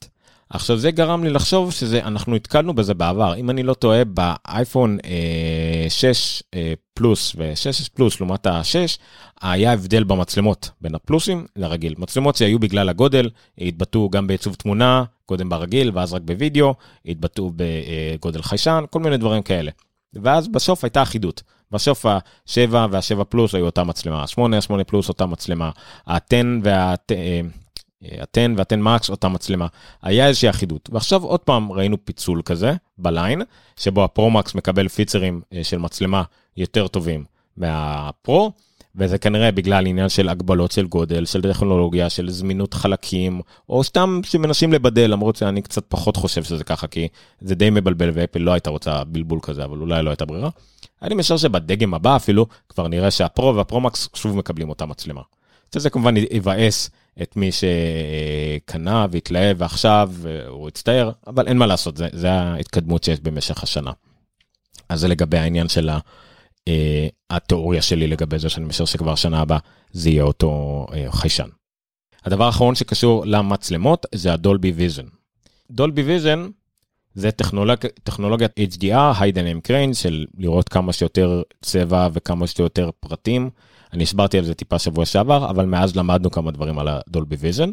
עכשיו זה גרם לי לחשוב שזה, אנחנו התקלנו בזה בעבר, אם אני לא טועה באייפון אה, שש אה, פלוס ו-שש פלוס לעומת ה-שש, היה הבדל במצלמות בין הפלוסים לרגיל. מצלמות שהיו בגלל הגודל, התבטאו גם בעיצוב תמונה, קודם ברגיל ואז רק בווידאו, התבטאו בגודל חיישן, כל מיני דברים כאלה. ואז בסוף הייתה אחידות. בסוף ה-שבע וה-שבע פלוס היו אותה מצלמה, ה-שמונה, ה-שמונה פלוס אותה מצלמה, ה-עשר וה... ה-עשר וה-עשר מקס אותה מצלמה, היה איזושהי אחידות, ועכשיו עוד פעם ראינו פיצול כזה בליין, שבו הפרו-מקס מקבל פיצרים של מצלמה יותר טובים מהפרו, וזה כנראה בגלל עניין של הגבלות של גודל, של טכנולוגיה, של זמינות חלקים, או סתם שמנסים לבדל, למרות שאני קצת פחות חושב שזה ככה, כי זה די מבלבל, ואפל לא הייתה רוצה בלבול כזה, אבל אולי לא הייתה ברירה. אני משער שבדגם הבא אפילו, כבר נראה שהפרו והפרו-מקס שוב מקבלים אותה מצלמה. שזה כמובן יבאס את מי שקנה והתלהב ועכשיו הוא הצטער, אבל אין מה לעשות, זה, זה ההתקדמות שיש במשך השנה. אז זה לגבי העניין של התיאוריה שלי לגבי זה, שאני משער שכבר שנה הבאה זה יהיה אותו חיישן. הדבר האחרון שקשור למצלמות זה הדולבי ויז'ן. דולבי ויז'ן זה טכנולוג... טכנולוגיית אייץ' די אר, High Dynamic Range, של לראות כמה שיותר צבע וכמה שיותר פרטים. אני הסברתי על זה טיפה שבוע שעבר, אבל מאז למדנו כמה דברים על הדולבי ויז'ן.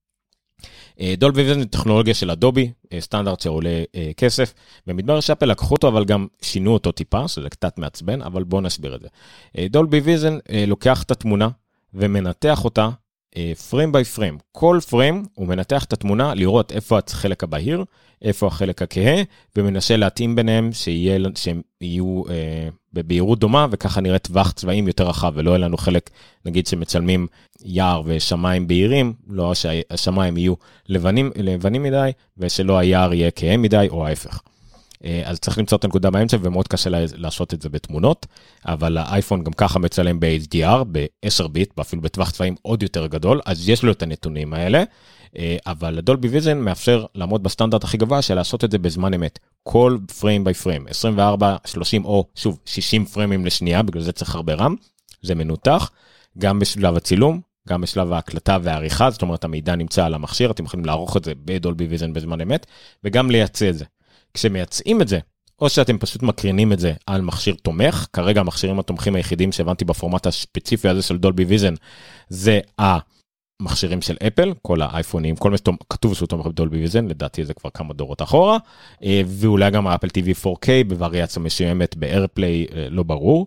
דולבי ויז'ן זה טכנולוגיה של אדובי, סטנדרט שעולה כסף, ומדבר שאפל לקחו אותו, אבל גם שינו אותו טיפה, שזה קצת מעצבן, אבל בואו נסביר את זה. דולבי ויז'ן לוקח את התמונה, ומנתח אותה פריים ביי פריים. כל פריים הוא מנתח את התמונה, לראות איפה החלק הבהיר, איפה החלק הכהה, ומנסה להתאים ביניהם שיהיה, שהם יהיו אה, בבהירות דומה, וככה נראה טווח צבעים יותר רחב, ולא יהיה לנו חלק, נגיד שמצלמים יער ושמיים בהירים, לא שהשמיים יהיו לבנים, לבנים מדי, ושלא היער יהיה כהה מדי, או ההפך. אה, אז צריך למצוא את הנקודה באמצע, ומאוד קשה לעשות את זה בתמונות, אבל האייפון גם ככה מצלם ב-אייץ' די אר, ב-עשר ביט, אפילו בטווח צבעים עוד יותר גדול, אז יש לו את הנתונים האלה, אבל הדולבי ויז'ן מאפשר לעמוד בסטנדרט הכי גבוה של לעשות את זה בזמן אמת, כל פריים ביי פריים, עשרים וארבע, שלושים או שוב שישים פריימים לשנייה, בגלל זה צריך הרבה רם, זה מנותח, גם בשלב הצילום, גם בשלב ההקלטה והעריכה, זאת אומרת המידע נמצא על המכשיר, אתם יכולים לערוך את זה בדולבי ויז'ן בזמן אמת, וגם לייצא את זה. כשמייצאים את זה, או שאתם פשוט מקרינים את זה על מכשיר תומך, כרגע המכשירים התומכים היחידים שהבנתי בפורמט הספציפי הזה של דולבי ויז'ן, זה ה... מכשירים של אפל, כל האייפונים, כל מה שכתוב שהוא תומך בדולבי ויז'ן, לדעתי זה כבר כמה דורות אחורה, ואולי גם האפל טי וי פור קיי בווריאציה מסוימת ב-AirPlay, לא ברור,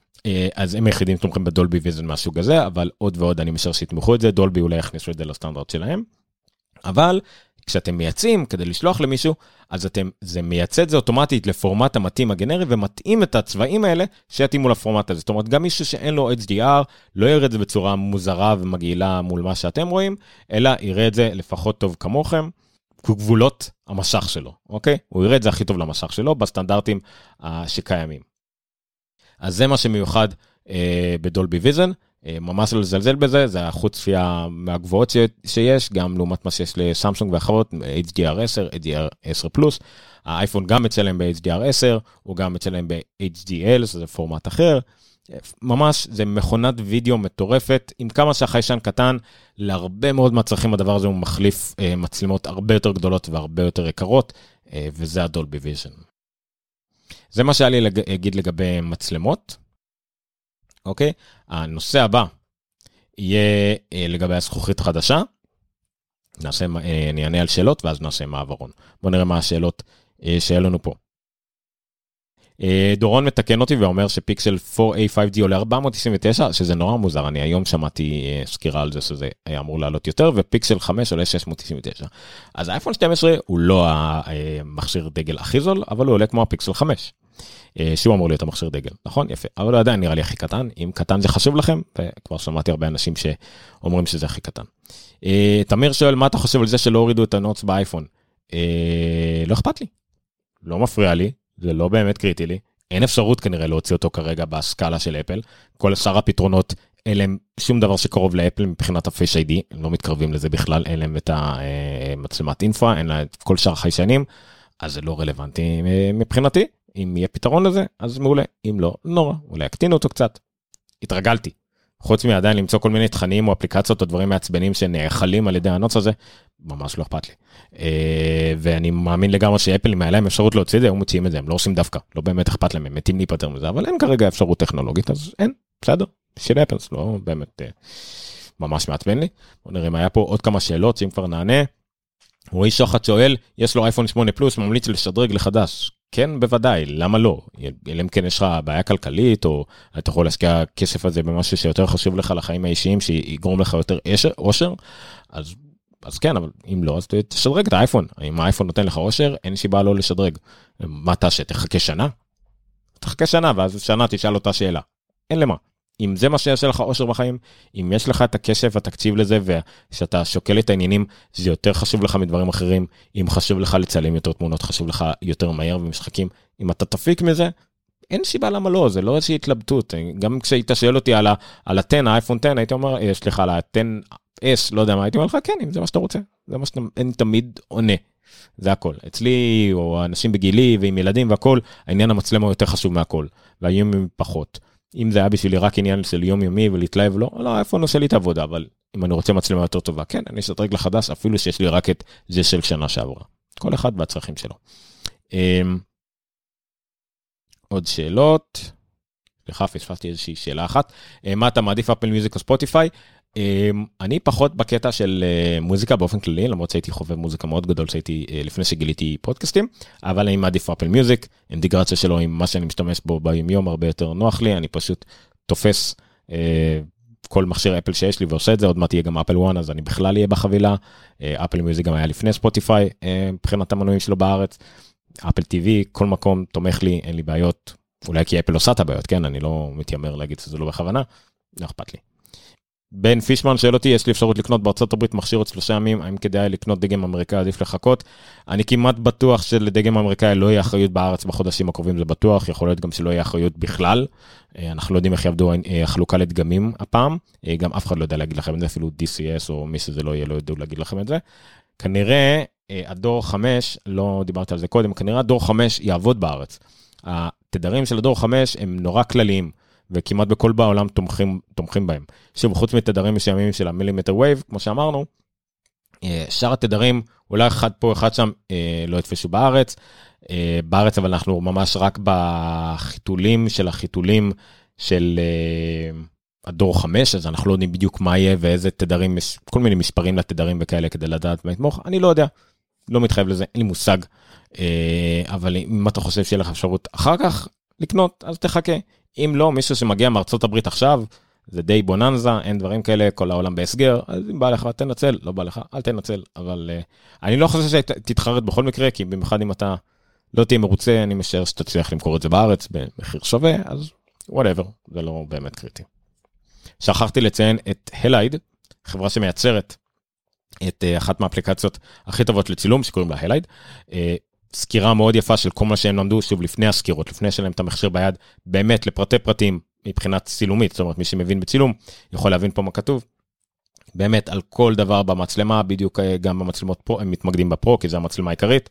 אז הם היחידים תומכים בדולבי ויז'ן מהסוג הזה, אבל עוד ועוד אני משער שיתמכו את זה, דולבי אולי יכניסו את זה לסטנדרט שלהם, אבל כשאתם מייצאים כדי לשלוח למישהו, אז אתם, זה מייצא את זה אוטומטית לפורמט המתאים הגנרי, ומתאים את הצבעים האלה שיתאימו לפורמט הזה. זאת אומרת, גם מישהו שאין לו אייץ' די אר, לא יראה את זה בצורה מוזרה ומגעילה מול מה שאתם רואים, אלא יראה את זה לפחות טוב כמוכם, גבולות המשך שלו, אוקיי? הוא יראה את זה הכי טוב למשך שלו, בסטנדרטים שקיימים. אז זה מה שמיוחד אה, בדולבי ויז'ן, ממש לזלזל בזה, זה החוץ צפייה מהגבוהות ש... שיש, גם לעומת מה שיש לסמסונג ואחרות, אייץ' די אר עשר, אייץ' די אר עשר פלוס, האייפון גם מצלם ב-אייץ' די אר עשר, הוא גם מצלם ב-אייץ' די אל, זה פורמט אחר, ממש זה מכונת וידאו מטורפת, עם כמה שהחיישן קטן, להרבה מאוד מהצרכים הדבר הזה הוא מחליף מצלמות הרבה יותר גדולות והרבה יותר יקרות, וזה הדולבי ויז'ן. זה מה שהיה לי להגיד לגבי מצלמות, אוקיי? הנושא הבא יהיה לגבי הזכוכית חדשה. נעשה, אני אענה על שאלות ואז נעשה מעברון. בואו נראה מה השאלות שיהיה לנו פה. דורון מתקן אותי ואומר שפיקסל פור איי פייב די עולה ארבע מאות תשעים ותשע, שזה נורא מוזר. אני היום שמעתי סקירה על זה שזה היה אמור לעלות יותר, ופיקסל חמש עולה שש מאות תשעים ותשע. אז האייפון שתים עשרה הוא לא המכשיר דגל הכי זול, אבל הוא עולה כמו הפיקסל חמש. שהוא אמור להיות המכשיר דגל, נכון? יפה. אבל עדיין נראה לי הכי קטן. אם קטן זה חשוב לכם, וכבר שמעתי הרבה אנשים שאומרים שזה הכי קטן. תמיר שואל, מה אתה חושב על זה שלא הורידו את הנוטס באייפון? לא אכפת לי. לא מפריע לי. זה לא באמת קריטי לי. אין אפשרות כנראה להוציא אותו כרגע בסקאלה של אפל. כל שאר הפתרונות, אין להם שום דבר שקרוב לאפל מבחינת ה-Face איי די. הם לא מתקרבים לזה בכלל. אין להם את המצלמת אינפרה, אין להם כל שאר חיישנים. אז זה לא רלוונטי מבחינתי. אם יהיה פתרון לזה, אז מעולה. אם לא, נורא. אולי יקטינו אותו קצת. התרגלתי. חוץ מעדיין למצוא כל מיני תכנים או אפליקציות או דברים מעצבנים שנאכלים על ידי הנוץ הזה, ממש לא אכפת לי. ואני מאמין לגמרי שאפל, אם היה להם אפשרות להוציא את זה, הם מוציאים את זה, הם לא עושים דווקא, לא באמת אכפת להם, הם מתים להיפטר מזה, אבל אין כרגע אפשרות טכנולוגית, אז אין, בסדר, של אפל, לא באמת ממש מעצבן לי. בוא נראה אם היה פה עוד כמה שאלות, שאם כבר נענה. רועי שוחט שואל, יש לו אייפון שמונה פלוס, ממליץ לשדרג לחדש. כן, בוודאי, למה לא? אלא אם כן יש לך בעיה כלכלית, או אתה יכול להשקיע כסף הזה במשהו שיותר חשוב לך לחיים האישיים, שיגרום לך יותר אושר, אז, אז כן, אבל אם לא, אז תשדרג את האייפון. אם האייפון נותן לך אושר, אין סיבה לא לשדרג. מה תעשה? תחכה שנה? תחכה שנה, ואז שנה תשאל אותה שאלה. אין למה. אם זה מה שיעשה לך אושר בחיים, אם יש לך את הכסף, התקציב לזה, ושאתה שוקל את העניינים, זה יותר חשוב לך מדברים אחרים, אם חשוב לך לצלם יותר תמונות, חשוב לך יותר מהר ומשחקים, אם אתה תפיק מזה, אין סיבה למה לא, זה לא איזושהי התלבטות, גם כשהיית שואל אותי על ה-עשר, האייפון עשר, הייתי אומר, יש לך על ה-עשר אס, לא יודע מה, הייתי אומר לך, כן, אם זה מה שאתה רוצה, זה מה שאתה תמיד עונה, זה הכל. אצלי, או אנשים בגילי, ועם ילדים והכל, העניין המצלמה יותר חשוב מהכל, והאיום פחות. אם זה היה בשבילי רק עניין של יום יומי ולהתלהב, לא, לא, איפה נושא לי את העבודה, אבל אם אני רוצה מצלמה יותר טובה, כן, אני אשדרג לחדש, אפילו שיש לי רק את זה של שנה שעברה. כל אחד והצרכים שלו. עוד שאלות. סליחה, פספסתי איזושהי שאלה אחת. מה אתה מעדיף, אפל מיוזיק או ספוטיפיי? אני פחות בקטע של מוזיקה באופן כללי, למרות שהייתי חובב מוזיקה מאוד גדול שהייתי לפני שגיליתי פודקאסטים, אבל אני מעדיף אפל מיוזיק, אינטגרציה שלו עם מה שאני משתמש בו ביום יום הרבה יותר נוח לי, אני פשוט תופס כל מכשיר אפל שיש לי ועושה את זה, עוד מעט יהיה גם אפל וואן, אז אני בכלל אהיה בחבילה, אפל מיוזיק גם היה לפני ספוטיפיי, מבחינת המנויים שלו בארץ, אפל טי וי, כל מקום תומך לי, אין לי בעיות, אולי כי אפל עושה את הבעיות, כן, אני לא מתיימר להגיד שזה לא בכוונה, לא אכפת לי. בן פישמן שואל אותי, יש לי אפשרות לקנות בארצות הברית מכשיר עוד שלושה ימים, האם כדאי לקנות דגם אמריקאי, עדיף לחכות? אני כמעט בטוח שלדגם אמריקאי לא יהיה אחריות בארץ בחודשים הקרובים, זה בטוח, יכול להיות גם שלא יהיה אחריות בכלל, אנחנו לא יודעים איך יעבדו החלוקה לדגמים הפעם, גם אף אחד לא יודע להגיד לכם את זה, אפילו די סי אס או מי שזה לא יהיה, לא ידעו להגיד לכם את זה. כנראה הדור חמש, לא דיברתי על זה קודם, כנראה הדור חמש יעבוד בארץ. התדרים של הדור חמש הם נורא כלליים, וכמעט בכל בעולם תומכים, תומכים בהם. שוב, חוץ מתדרים מסוימים של המילימטר וייב, כמו שאמרנו, שאר התדרים, אולי אחד פה, אחד שם, לא יתפשו בארץ, בארץ, אבל אנחנו ממש רק בחיתולים של החיתולים של הדור חמש, אז אנחנו לא יודעים בדיוק מה יהיה, ואיזה תדרים, כל מיני מספרים לתדרים וכאלה, כדי לדעת מה יתמוך, אני לא יודע, לא מתחייב לזה, אין לי מושג, אבל אם אתה חושב שיהיה לך אפשרות אחר כך לקנות, אז תחכה. אם לא, מישהו שמגיע מארצות הברית עכשיו, זה די בוננזה, אין דברים כאלה, כל העולם בהסגר, אז אם בא לך, תנצל, לא בא לך, אל תנצל, אבל uh, אני לא חושב שתתחרט בכל מקרה, כי במיוחד אם אתה לא תהיה מרוצה, אני משער שתצליח למכור את זה בארץ, במחיר שווה, אז whatever, זה לא באמת קריטי. שכחתי לציין את הלייד, חברה שמייצרת את uh, אחת מהאפליקציות הכי טובות לצילום, שקוראים לה הלייד, uh, סקירה מאוד יפה של כל מה שהם למדו, שוב לפני הסקירות, לפני שלהם את המכשיר ביד, באמת לפרטי פרטים מבחינת צילומית, זאת אומרת מי שמבין בצילום, יכול להבין פה מה כתוב, באמת על כל דבר במצלמה, בדיוק גם במצלמות פה, הם מתמקדים בפרו, כי זה המצלמה העיקרית,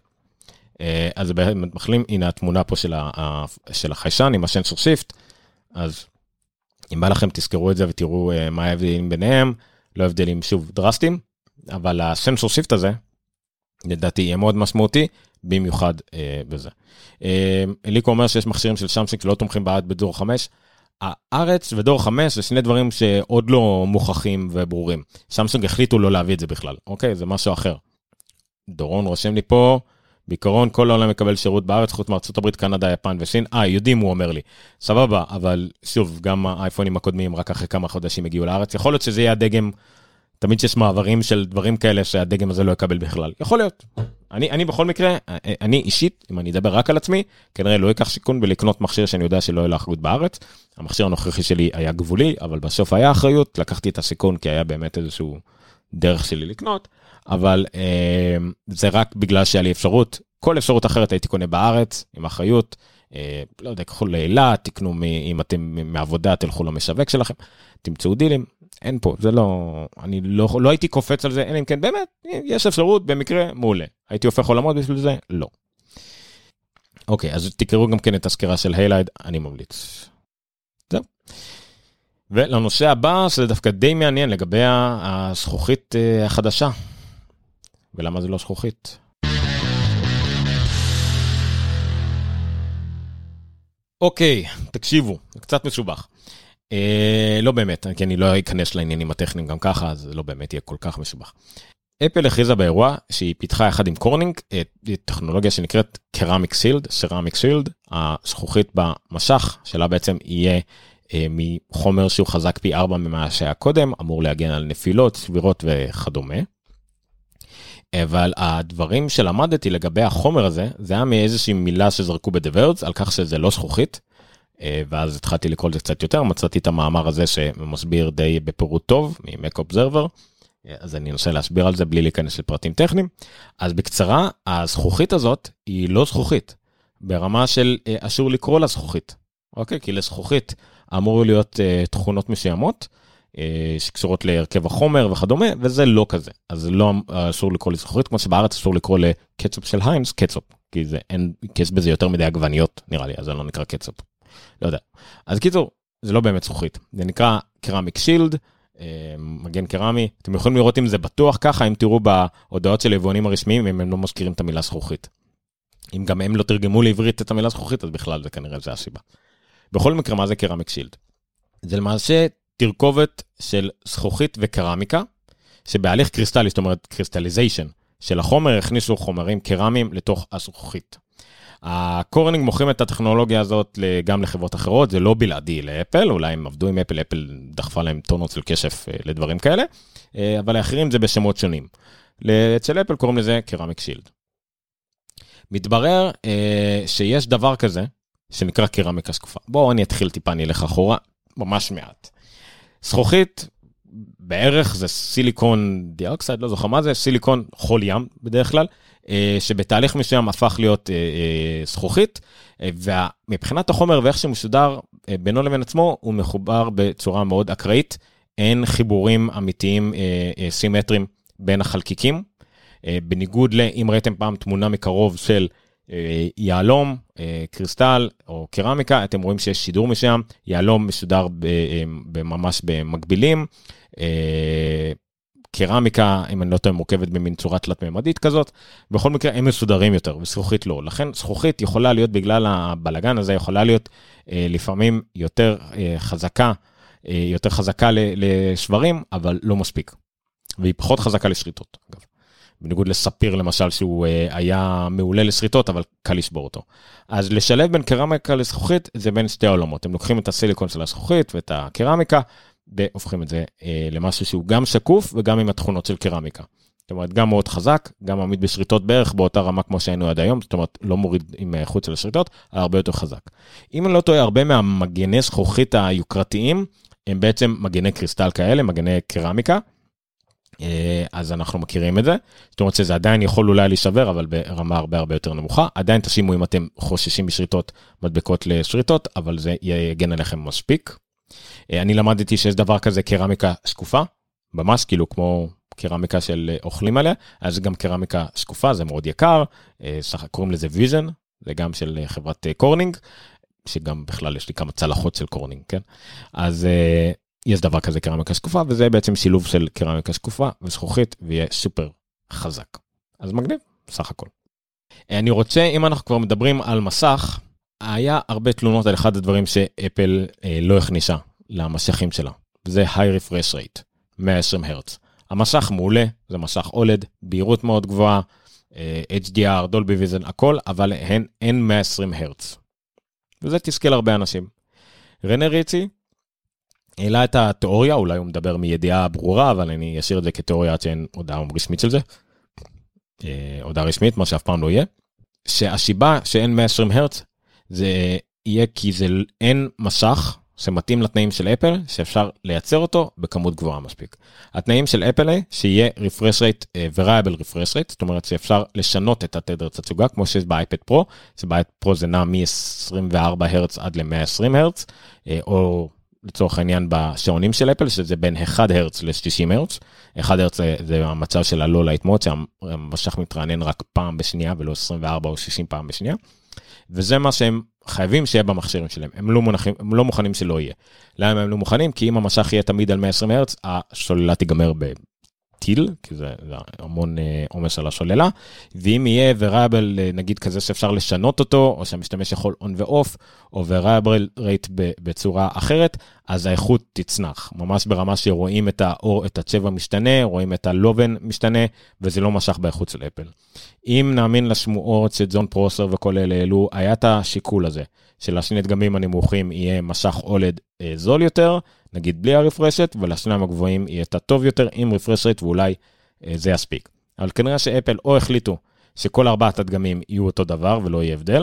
אז זה באמת מחלים, הנה התמונה פה של, ה, של החיישן, עם השנסור שיפט, אז אם בא לכם תזכרו את זה ותראו מה ההבדלים ביניהם, לא הבדלים שוב דרסטיים, אבל השנסור שיפט הזה, לדעתי יהיה מאוד משמעותי, במיוחד אה, בזה. אה, אליקו אומר שיש מכשירים של סמסונג שלא תומכים בעד בדור חמש. הארץ ודור חמש זה שני דברים שעוד לא מוכחים וברורים. סמסונג החליטו לא להביא את זה בכלל. אוקיי, זה משהו אחר. דורון רושם לי פה, בעיקרון כל העולם מקבל שירות בארץ, חוץ מארצות הברית, קנדה, יפן וסין. אה, יודעים, הוא אומר לי. סבבה, אבל שוב, גם האייפונים הקודמים רק אחרי כמה חודשים הגיעו לארץ. יכול להיות שזה יהיה הדגם, תמיד שיש מעברים של דברים כאלה שהדגם הזה לא יקבל בכלל. יכול להיות. אני, אני בכל מקרה, אני אישית, אם אני אדבר רק על עצמי, כנראה לא אקח שיקון בלקנות מכשיר שאני יודע שלא יהיה לה אחריות בארץ. המכשיר הנוכחי שלי היה גבולי, אבל בסוף היה אחריות, לקחתי את הסיכון כי היה באמת איזשהו דרך שלי לקנות, אבל אה, זה רק בגלל שהיה לי אפשרות, כל אפשרות אחרת הייתי קונה בארץ, עם אחריות, אה, לא יודע, קחו לילה, תקנו, מ, אם אתם מעבודה, תלכו למשווק שלכם, תמצאו דילים, אין פה, זה לא, אני לא, לא הייתי קופץ על זה, אין אם כן, באמת, יש אפשרות, במקרה, מעולה. הייתי הופך עולמות בשביל זה? לא. אוקיי, אז תקראו גם כן את הסקירה של הלייד, אני ממליץ. זהו. ולנושא הבא, שזה דווקא די מעניין לגבי הזכוכית החדשה. ולמה זה לא זכוכית? אוקיי, תקשיבו, זה קצת משובח. אה, לא באמת, כי אני לא אכנס לעניינים הטכניים גם ככה, אז זה לא באמת יהיה כל כך משובח. אפל הכריזה באירוע שהיא פיתחה יחד עם קורנינג, טכנולוגיה שנקראת קרמיק שילד, סרמיק שילד, הזכוכית במשך, שלה בעצם יהיה אה, מחומר שהוא חזק פי ארבע ממה שהיה קודם, אמור להגן על נפילות, שבירות וכדומה. אבל הדברים שלמדתי לגבי החומר הזה, זה היה מאיזושהי מילה שזרקו בדברדס, על כך שזה לא זכוכית, ואז התחלתי לקרוא את זה קצת יותר, מצאתי את המאמר הזה שמסביר די בפירוט טוב, מ-Mac Observer, אז אני אנסה להסביר על זה בלי להיכנס לפרטים טכניים. אז בקצרה, הזכוכית הזאת היא לא זכוכית, ברמה של אסור לקרוא לה זכוכית, אוקיי? כי לזכוכית אמור להיות תכונות מסוימות, שקשורות להרכב החומר וכדומה, וזה לא כזה. אז זה לא אסור לקרוא לזכוכית, כמו שבארץ אסור לקרוא לקצופ של היינס, קצופ, כי זה אין, כי יש בזה יותר מדי עגבניות, נראה לי, אז זה לא נקרא קצופ. לא יודע. אז קיצור, זה לא באמת זכוכית. זה נקרא קרמיק שילד, מגן קרמי. אתם יכולים לראות אם זה בטוח ככה, אם תראו בהודעות של היבואנים הרשמיים, אם הם לא מזכירים את המילה זכוכית. אם גם הם לא תרגמו לעברית את המילה זכוכית, אז בכלל זה כנראה זה הסיבה. בכל מקרה, מה זה קרמיק שילד? זה למעשה תרכובת של זכוכית וקרמיקה, שבהליך קריסטלי, זאת אומרת קריסטליזיישן, של החומר הכניסו חומרים קרמיים לתוך הזכוכית. הקורנינג מוכרים את הטכנולוגיה הזאת גם לחברות אחרות, זה לא בלעדי לאפל, אולי הם עבדו עם אפל, אפל דחפה להם טונות של כסף לדברים כאלה, אבל לאחרים זה בשמות שונים. אצל אפל קוראים לזה קרמיק שילד. מתברר שיש דבר כזה, שנקרא קרמיקה שקופה. בואו אני אתחיל טיפה, אני אלך אחורה, ממש מעט. זכוכית, בערך זה סיליקון דיאוקסייד, לא זוכר מה זה, סיליקון חול ים בדרך כלל, שבתהליך מסוים הפך להיות זכוכית, ומבחינת החומר ואיך שמשודר בינו לבין עצמו, הוא מחובר בצורה מאוד אקראית, אין חיבורים אמיתיים סימטריים בין החלקיקים, בניגוד לאם ראיתם פעם תמונה מקרוב של יעלום, קריסטל או קרמיקה, אתם רואים שיש שידור מסוים, יעלום משודר ממש במקבילים, קרמיקה, אם אני לא טועה, מורכבת במין צורה תלת-ממדית כזאת, בכל מקרה הם מסודרים יותר, וזכוכית לא. לכן זכוכית יכולה להיות, בגלל הבלגן הזה, יכולה להיות לפעמים יותר חזקה, יותר חזקה לשברים, אבל לא מספיק. והיא פחות חזקה לשריטות, אגב. בניגוד לספיר למשל, שהוא היה מעולה לשריטות, אבל קל לשבור אותו. אז לשלב בין קרמיקה לזכוכית, זה בין שתי העולמות. הם לוקחים את הסיליקון של הזכוכית ואת הקרמיקה, והופכים את זה למשהו שהוא גם שקוף, וגם עם התכונות של קרמיקה. זאת אומרת, גם מאוד חזק, גם עמיד בשריטות בערך, באותה רמה כמו שהיינו עד היום, זאת אומרת, לא מוריד עם חוץ של השריטות, אלא הרבה יותר חזק. אם אני לא טועה, הרבה מהמגני זכוכית היוקרתיים, הם בעצם מגני קריסטל כאלה, מגני קרמיקה, אז אנחנו מכירים את זה, זאת אומרת שזה עדיין יכול אולי להישבר, אבל ברמה הרבה הרבה יותר נמוכה, עדיין תשימו אם אתם חוששים בשריטות, מדבקות לשריטות, אבל זה יגן עליכם מספיק. אני למדתי שיש דבר כזה קרמיקה שקופה, ממש כאילו כמו קרמיקה של אוכלים עליה, אז גם קרמיקה שקופה, זה מאוד יקר, קוראים לזה ויז'ן, זה גם של חברת קורנינג, שגם בכלל יש לי כמה צלחות של קורנינג, כן? אז יש דבר כזה קרמיקה שקופה, וזה בעצם שילוב של קרמיקה שקופה וזכוכית, ויהיה סופר חזק. אז מגניב, סך הכל. אני רוצה, אם אנחנו כבר מדברים על מסך, היה הרבה תלונות על אחד הדברים שאפל לא הכניסה למשכים שלה. זה High Refresh Rate, מאה ועשרים הרץ. המשך מעולה, זה משך אולד, בהירות מאוד גבוהה, אייץ' די אר, דולבי ויז'ן, הכל, אבל הן אין מאה ועשרים הרץ. וזה תסכל הרבה אנשים. רנה ריצי, העלה את התיאוריה, אולי הוא מדבר מידיעה ברורה, אבל אני אשאיר את זה כתיאוריה עד שאין הודעה רשמית של זה. הודעה רשמית, מה שאף פעם לא יהיה. שהשיבה שאין מאה ועשרים הרץ, זה יהיה כי זה אין משך שמתאים לתנאים של אפל, שאפשר לייצר אותו בכמות גבוהה מספיק. התנאים של אפל שיהיה refresh rate, variable refresh rate, זאת אומרת שאפשר לשנות את התדר תצוגה, כמו שיש באייפד פרו, שבאייפד פרו זה נע מ-עשרים וארבע הרץ עד ל-מאה ועשרים הרץ, או לצורך העניין בשעונים של אפל, שזה בין אחד הרץ ל-שישים הרץ. אחד הרץ זה, זה המצב של הלא לייט מוד, שהמשך מתרענן רק פעם בשנייה, ולא עשרים וארבע או שישים פעם בשנייה. וזה מה שהם חייבים שיהיה במכשירים שלהם, הם לא, מונחים, הם לא מוכנים שלא יהיה. למה הם לא מוכנים? כי אם המשך יהיה תמיד על מאה ועשרים הרץ, השוללה תיגמר בטיל, כי זה, זה המון עומס על השוללה, ואם יהיה variable, נגיד כזה שאפשר לשנות אותו, או שהמשתמש יכול on ו-off, או variable rate בצורה אחרת, אז האיכות תצנח, ממש ברמה שרואים את האור, את הצבע משתנה, רואים את הלובן משתנה, וזה לא משך באיכות של אפל. אם נאמין לשמועות שג'ון פרוסר וכל אלה אלו, היה את השיקול הזה, של השני דגמים הנמוכים יהיה משך אולד אה, זול יותר, נגיד בלי הרפרשת, ולשניים הגבוהים יהיה את הטוב יותר עם רפרשת, ואולי אה, זה יספיק. אבל כנראה שאפל או החליטו שכל ארבעת הדגמים יהיו אותו דבר ולא יהיה הבדל,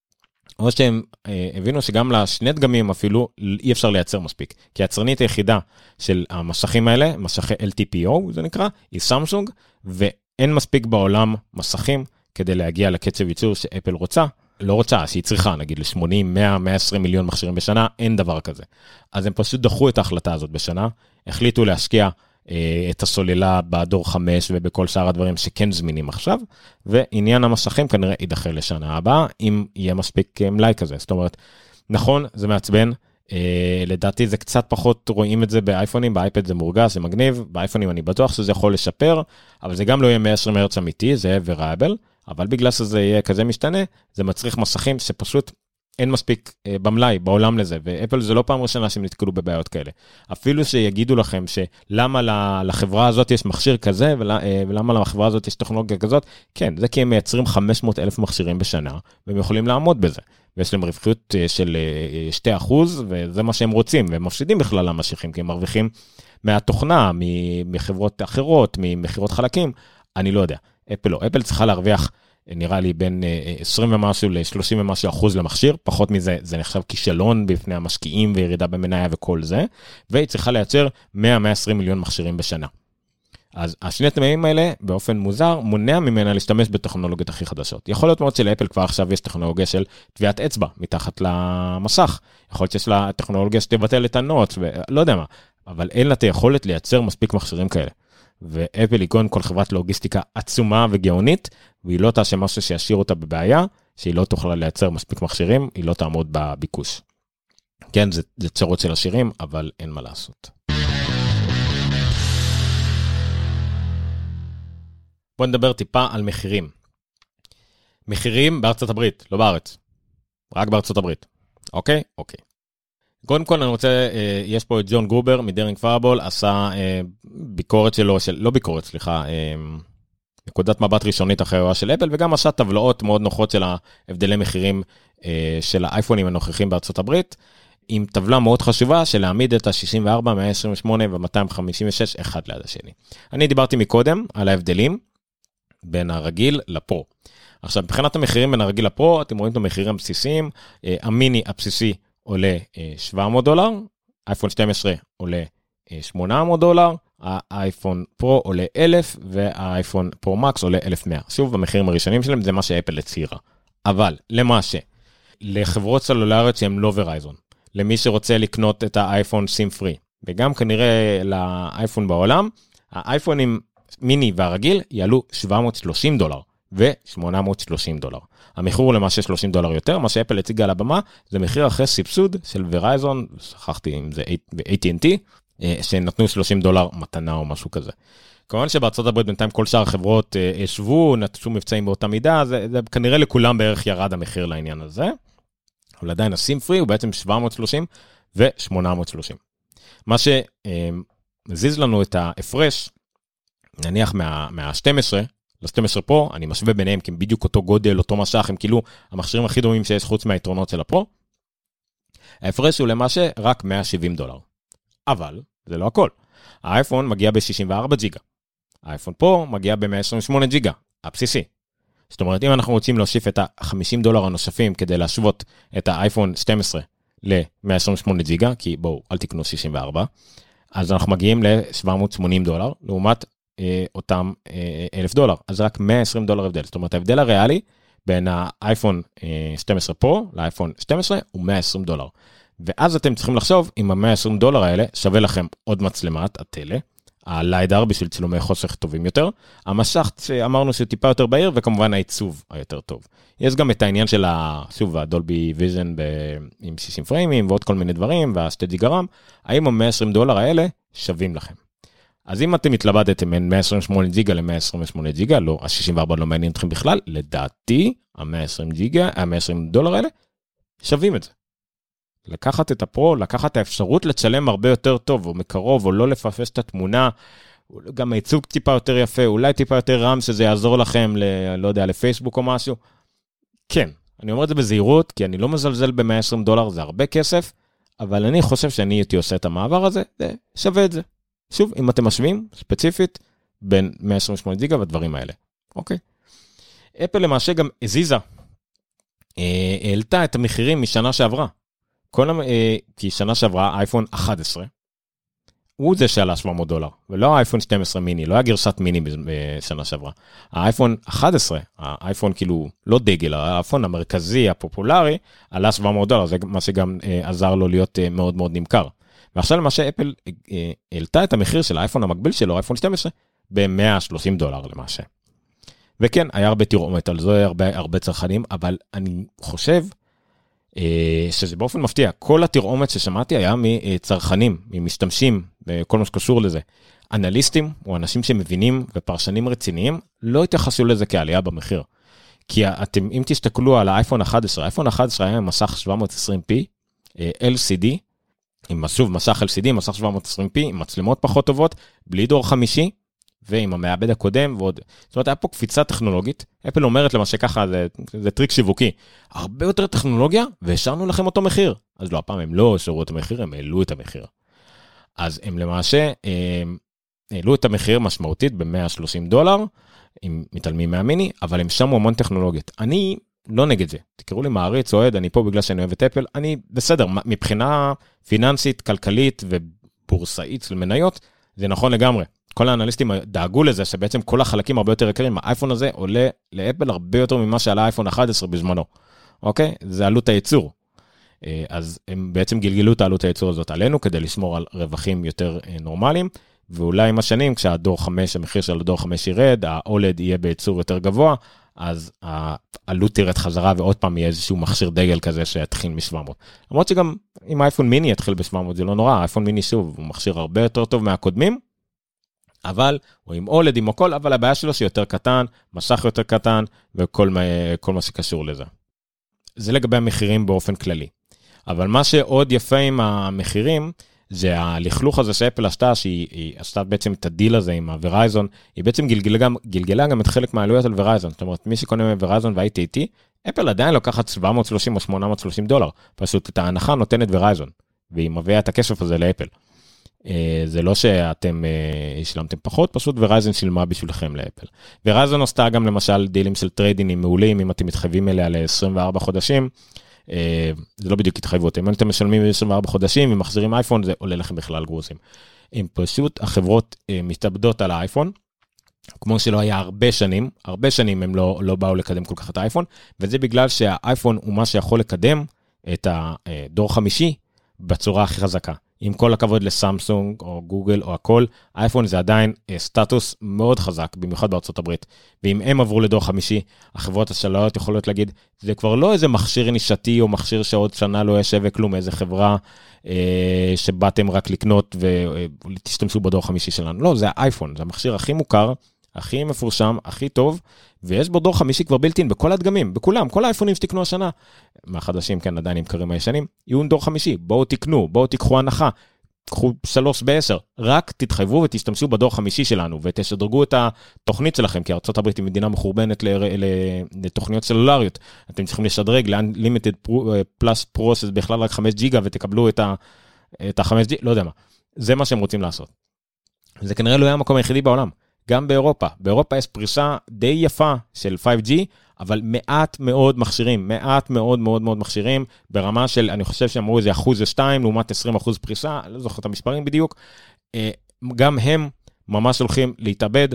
או שהם אה, הבינו שגם לשני דגמים אפילו אי אפשר לייצר מספיק. כי היצרנית היחידה של המשכים האלה, משכי אל טי פי או זה נקרא, היא סמסונג, ואין מספיק בעולם מסכים כדי להגיע לקצב ייצור שאפל רוצה, לא רוצה, שהיא צריכה, נגיד ל-שמונים, מאה, מאה ועשרים מיליון מכשירים בשנה, אין דבר כזה. אז הם פשוט דחו את ההחלטה הזאת בשנה, החליטו להשקיע אה, את הסוללה בדור חמש ובכל שאר הדברים שכן זמינים עכשיו, ועניין המשכים כנראה יידחה לשנה הבאה, אם יהיה מספיק מלאי כזה. זאת אומרת, נכון, זה מעצבן, אה, לדעתי זה קצת פחות רואים את זה באייפונים, באייפד זה מורגש, זה מגניב, באייפונים אני בטוח שזה יכול לשפר, אבל זה גם לא יהיה מאה ועשרים הרץ אמיתי, זה יהיה variable, אבל בגלל שזה יהיה כזה משתנה, זה מצריך מסכים שפשוט אין מספיק אה, במלאי, בעולם לזה, ואפל זה לא פעם ראשונה שהם נתקלו בבעיות כאלה. אפילו שיגידו לכם שלמה לחברה הזאת יש מכשיר כזה, ול, אה, ולמה לחברה הזאת יש טכנולוגיה כזאת, כן, זה כי הם מייצרים חמש מאות אלף מכשירים בשנה, והם יכולים לעמוד בזה. ויש להם רווחיות אה, של אה, שני אחוז, וזה מה שהם רוצים, והם מפסידים בכלל למשיכים, כי הם מרוויחים מהתוכנה, מחברות אחרות, ממחירות חלקים, אני לא יודע. אפל לא, אפל צריכה להרוויח, נראה לי, בין עשרים ומשהו ל-שלושים ומשהו אחוז למכשיר, פחות מזה, זה נחשב כישלון בפני המשקיעים וירידה במניה וכל זה, והיא צריכה לייצר מאה עד מאה ועשרים מיליון מכשירים בשנה. אז השני התנאים האלה, באופן מוזר, מונע ממנה להשתמש בטכנולוגיות הכי חדשות. יכול להיות מאוד שלאפל כבר עכשיו יש טכנולוגיה של טביעת אצבע מתחת למסך, יכול להיות שיש לה טכנולוגיה שתבטל את הנוט, ולא יודע מה, אבל אין לה את היכולת לייצר מספיק מכשירים כאלה. ואפל היא קודם כל חברת לוגיסטיקה עצומה וגאונית, והיא לא תעשה משהו שישאיר אותה בבעיה, שהיא לא תוכל לייצר מספיק מכשירים, היא לא תעמוד בביקוש. כן, זה, זה צרות של השירים, אבל אין מה לעשות. בואו נדבר טיפה על מחירים. מחירים בארצות הברית, לא בארץ. רק בארצות הברית. אוקיי? אוקיי. קודם כל אני רוצה, יש פה את ג'ון גרובר מדרינג פיירבול, עשה ביקורת שלו, של, לא ביקורת, סליחה, נקודת מבט ראשונית אחרי של אפל, וגם עשה טבלאות מאוד נוחות של ההבדלי מחירים של האייפונים הנוכחים בארצות הברית, עם טבלה מאוד חשובה של להעמיד את ה-שישים וארבע, מאה עשרים ושמונה ו-מאתיים חמישים ושש אחד ליד השני. אני דיברתי מקודם על ההבדלים בין הרגיל לפרו. עכשיו, מבחינת המחירים בין הרגיל לפרו, אתם רואים את המחירים הבסיסיים, המיני הבסיסי עולה שבע מאות דולר, אייפון שתים עשרה עולה שמונה מאות דולר, האייפון פרו עולה אלף, והאייפון פרו מקס עולה אלף ומאה. שוב, המחירים הראשונים שלהם זה מה שאפל הצהירה. אבל, למעשה, לחברות סלולריות שהן לא ורייזון, למי שרוצה לקנות את האייפון סים פרי, וגם כנראה לאייפון בעולם, האייפונים מיני והרגיל יעלו שבע מאות ושלושים דולר, ו-שמונה מאות ושלושים דולר. המחיר הוא למעשה שלושים דולר יותר, מה שאפל הציגה על הבמה, זה מחיר אחרי סבסוד של ורייזון, שכחתי אם זה איי טי אנד טי, שנתנו שלושים דולר מתנה או משהו כזה. כמובן שבארצות הברית בינתיים כל שאר החברות ישבו, נטשו מבצעים באותה מידה, זה, זה כנראה לכולם בערך ירד המחיר לעניין הזה, אבל עדיין הסים פרי הוא בעצם שבע מאות ושלושים ו-שמונה מאות ושלושים. מה שמזיז לנו את ההפרש, נניח מה, מה-שתים עשרה, ל-שתים עשרה פרו, אני משווה ביניהם, כי הם בדיוק אותו גודל, אותו משך, הם כאילו המכשירים הכי דומים שיש חוץ מהיתרונות של הפרו. ההפרש הוא למעשה רק מאה ושבעים דולר. אבל זה לא הכל. האייפון מגיע ב-שישים וארבע ג'יגה. האייפון פרו מגיע ב-מאה עשרים ושמונה ג'יגה, הבסיסי. זאת אומרת, אם אנחנו רוצים להוסיף את ה-חמישים דולר הנוספים כדי להשוות את האייפון שתים עשרה ל-מאה עשרים ושמונה ג'יגה, כי בואו, אל תקנו שישים וארבע, אז אנחנו מגיעים ל-שבע מאות ושמונים דולר, לעומת אותם אלף דולר, אז רק מאה ועשרים דולר הבדל. זאת אומרת, ההבדל הריאלי בין האייפון שתים עשרה פרו לאייפון שתים עשרה הוא מאה ועשרים דולר. ואז אתם צריכים לחשוב אם ה-מאה ועשרים דולר האלה שווה לכם עוד מצלמת הטלה, הליידר בשביל צילומי חושך טובים יותר, המשך שאמרנו שהוא טיפה יותר בהיר, וכמובן העיצוב היותר טוב. יש גם את העניין של, שוב, הדולבי ויז'ן עם שישים פריימים, ועוד כל מיני דברים, והשתי ג'יגרם, האם ה-מאה ועשרים דולר האלה שווים לכם? אז אם אתם התלבטתם בין מאה עשרים ושמונה ג'יגה ל-מאה עשרים ושמונה ג'יגה, לא, ה-שישים וארבע לא מעניין אתכם בכלל, לדעתי, ה-מאה ועשרים ג'יגה, ה-מאה ועשרים דולר האלה, שווים את זה. לקחת את הפרו, לקחת את האפשרות לצלם הרבה יותר טוב, או מקרוב, או לא לפרפש את התמונה, גם העיצוב טיפה יותר יפה, אולי טיפה יותר רם, שזה יעזור לכם, ל, לא יודע, לפייסבוק או משהו. כן, אני אומר את זה בזהירות, כי אני לא מזלזל ב-מאה ועשרים דולר, זה הרבה כסף, אבל אני חושב שאני הייתי עושה את המעבר הזה, זה שווה את זה. שוב, אם אתם משווים, ספציפית, בין מאה עשרים ושמונה ג'יגה והדברים האלה. אוקיי. אפל למעשה גם הזיזה, העלתה את המחירים משנה שעברה. כל, כי שנה שעברה, אייפון אחת עשרה, הוא זה שעלה שבע מאות דולר, ולא האייפון שתים עשרה מיני, לא הגרסת מיני בשנה שעברה. האייפון אחת עשרה, האייפון כאילו לא דגל, האייפון המרכזי, הפופולרי, עלה שבע מאות דולר, זה מה שגם עזר לו להיות מאוד מאוד נמכר. ועכשיו למעשה אפל העלתה את המחיר של האייפון המקביל שלו, האייפון שתים עשרה, ב-מאה ושלושים דולר למעשה. וכן, היה הרבה תרעומת על זה, הרבה, הרבה צרכנים, אבל אני חושב שזה באופן מפתיע, כל התרעומת ששמעתי היה מצרכנים, ממשתמשים, בכל מה שקשור לזה. אנליסטים, או אנשים שמבינים ופרשנים רציניים, לא התייחסו לזה כעלייה במחיר. כי אתם, אם תסתכלו על האייפון אחת עשרה, האייפון אחת עשרה היה עם מסך שבע מאות עשרים פי, אל סי די, עם שוב מסך אל סי די, מסך שבע מאות עשרים פי, עם מצלמות פחות טובות, בלי דור חמישי, ועם המעבד הקודם, ועוד, זאת אומרת, היה פה קפיצה טכנולוגית, אפל אומרת למה שככה, זה, זה טריק שיווקי, הרבה יותר טכנולוגיה, והשארנו לכם אותו מחיר, אז לא, הפעם הם לא השארו את המחיר, הם העלו את המחיר. אז הם למעשה, הם העלו את המחיר משמעותית ב-מאה ושלושים דולר, אם מתעלמים מהמיני, אבל הם שמו המון טכנולוגיות. אני לא נגד זה, תקראו לי מעריץ, אוהד, אני פה בגלל שאני אוהב את אפל, אני בסדר, מבחינה פיננסית, כלכלית ובורסאית של מניות, זה נכון לגמרי. כל האנליסטים דאגו לזה שבעצם כל החלקים הרבה יותר יקרים, האייפון הזה עולה לאפל הרבה יותר ממה שעלה האייפון אחת עשרה בזמנו, אוקיי? זה עלות הייצור. אז הם בעצם גלגלו את העלות הייצור הזאת עלינו, כדי לשמור על רווחים יותר נורמליים, ואולי עם השנים, כשהדור חמש, המחיר של הדור חמש ירד, ה-אולד יהיה בייצור יותר גבוה, אז העלות תירד חזרה, ועוד פעם יהיה איזשהו מכשיר דגל כזה שיתחיל מ-שבע מאות. למרות שגם אם האייפון מיני יתחיל ב-שבע מאות, זה לא נורא, האייפון מיני שוב, הוא מכשיר הרבה יותר טוב מהקודמים, אבל הוא עם אולד, עם הכל, אבל הבעיה שלו שיותר קטן, מסך יותר קטן, וכל מה, כל מה שקשור לזה. זה לגבי המחירים באופן כללי. אבל מה שעוד יפה עם המחירים, זה הלכלוך הזה שאפל עשתה, שהיא עשתה בעצם את הדיל הזה עם הוורייזון, היא בעצם גלגלה גם, גלגלה גם את חלק מהעלויות על וורייזון. זאת אומרת, מי שקונה מוורייזון ו-איי טי איי טי, אפל עדיין לוקחת שבע מאות ושלושים או שמונה מאות ושלושים דולר. פשוט את ההנחה נותנת וורייזון, והיא מביאה את הכסף הזה לאפל. זה לא שאתם השלמתם פחות, פשוט ורייזון שילמה בשבילכם לאפל. ורייזון עשתה גם למשל דילים של טריידינים מעולים, אם אתם מתחייבים אליה ל-עשרים וארבעה חודשים, זה לא בדיוק התחייבות, אם אתם משלמים עשרים וארבעה חודשים ומחזירים אייפון, זה עולה לכם בכלל גרוזים. אם פשוט החברות מתאבדות על האייפון, כמו שלא היה הרבה שנים, הרבה שנים הם לא, לא באו לקדם כל כך את האייפון, וזה בגלל שהאייפון הוא מה שיכול לקדם את הדור חמישי בצורה הכי חזקה. עם כל הכבוד לסמסונג או גוגל או הכל, האייפון זה עדיין סטטוס מאוד חזק, במיוחד בארצות הברית. ואם הם עברו לדור חמישי, החברות השלויות יכולות להגיד, זה כבר לא איזה מכשיר נישתי או מכשיר שעוד שנה לא ישווה כלום, איזה חברה אה, שבאתם רק לקנות ותשתמשו בדור חמישי שלנו. לא, זה האייפון, זה המכשיר הכי מוכר, הכי מפורשם, הכי טוב, ויש בו דור חמישי כבר בלתין, בכל הדגמים, בכולם, כל האייפונים שתקנו השנה, מהחדשים כן עדיין נמכרים הישנים, יהיו דור חמישי, בואו תקנו, בואו תיקחו הנחה, קחו שלוש בעשר, רק תתחייבו ותשתמשו בדור חמישי שלנו, ותשדרגו את התוכנית שלכם, כי ארצות הברית היא מדינה מחורבנת לתוכניות סלולריות, אתם צריכים לשדרג ל-Unlimited Plus Pro, שזה בכלל רק חמש ג'יגה, ותקבלו את ה-חמש ג'י, לא יודע מה, זה מה שהם רוצים לעשות. זה כנראה לא היה המקום היחידי בעולם. גם באירופה. באירופה יש פריסה די יפה של פייב ג'י, אבל מעט מאוד מכשירים, מעט מאוד מאוד מאוד מכשירים, ברמה של, אני חושב שאמרו איזה אחוז או שתיים, לעומת עשרים אחוז פריסה, לא זוכר את המספרים בדיוק, גם הם ממש הולכים להתאבד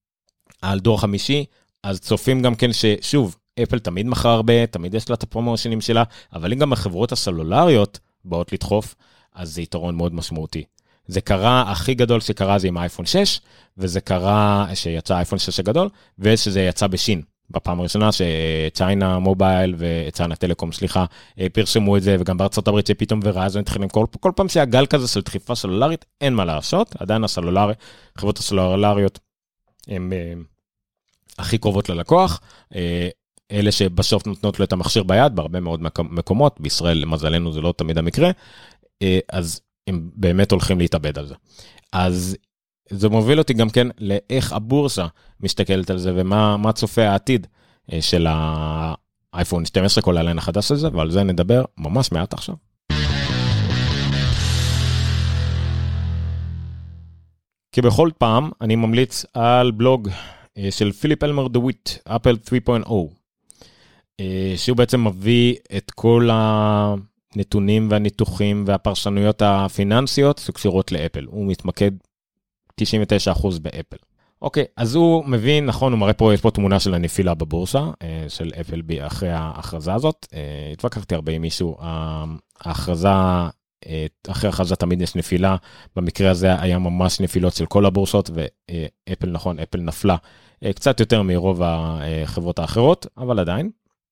על דור חמישי, אז צופים גם כן ששוב, אפל תמיד מכר הרבה, תמיד יש לה את הפרומושנים שלה, אבל אם גם החברות הסלולריות באות לדחוף, אז זה יתרון מאוד משמעותי. זה קרה, הכי גדול שקרה זה עם האייפון שש, וזה קרה שיצא האייפון שש הגדול, ושזה יצא בשין. בפעם הראשונה שצ'יינה מובייל וצ'יינה טלקום, סליחה, פרשמו את זה, וגם בארצות הברית שפתאום ורייזון התחילים, כל, כל פעם שהיה גל כזה של דחיפה סלולרית, אין מה לעשות, עדיין הסלולרי, חברות הסלולריות, הן הכי קרובות ללקוח, אלה שבסוף נותנות לו את המכשיר ביד, בהרבה מאוד מקומות, בישראל למזלנו זה לא תמיד המקרה, אז הם באמת הולכים להתאבד על זה. אז זה מוביל אותי גם כן לאיך הבורסה מסתכלת על זה, ומה מה צופה העתיד של האייפון שתים עשרה, כל הליין החדש הזה, ועל זה נדבר ממש מעט עכשיו. כי בכל פעם אני ממליץ על בלוג של פיליפ אלמר דוויט, אפל שלוש נקודה אפס, שהוא בעצם מביא את כל הנתונים והניתוחים והפרשנויות הפיננסיות שקשורות לאפל. הוא מתמקד תשעים ותשעה אחוז באפל. אוקיי, אז הוא מבין, נכון, הוא מראה פה, יש פה תמונה של הנפילה בבורסה, של אפל אחרי ההכרזה הזאת. התווכחתי הרבה עם מישהו, ההכרזה, אחרי ההכרזה תמיד יש נפילה, במקרה הזה היה ממש נפילות של כל הבורסות, ואפל, נכון, אפל נפלה קצת יותר מרוב החברות האחרות, אבל עדיין.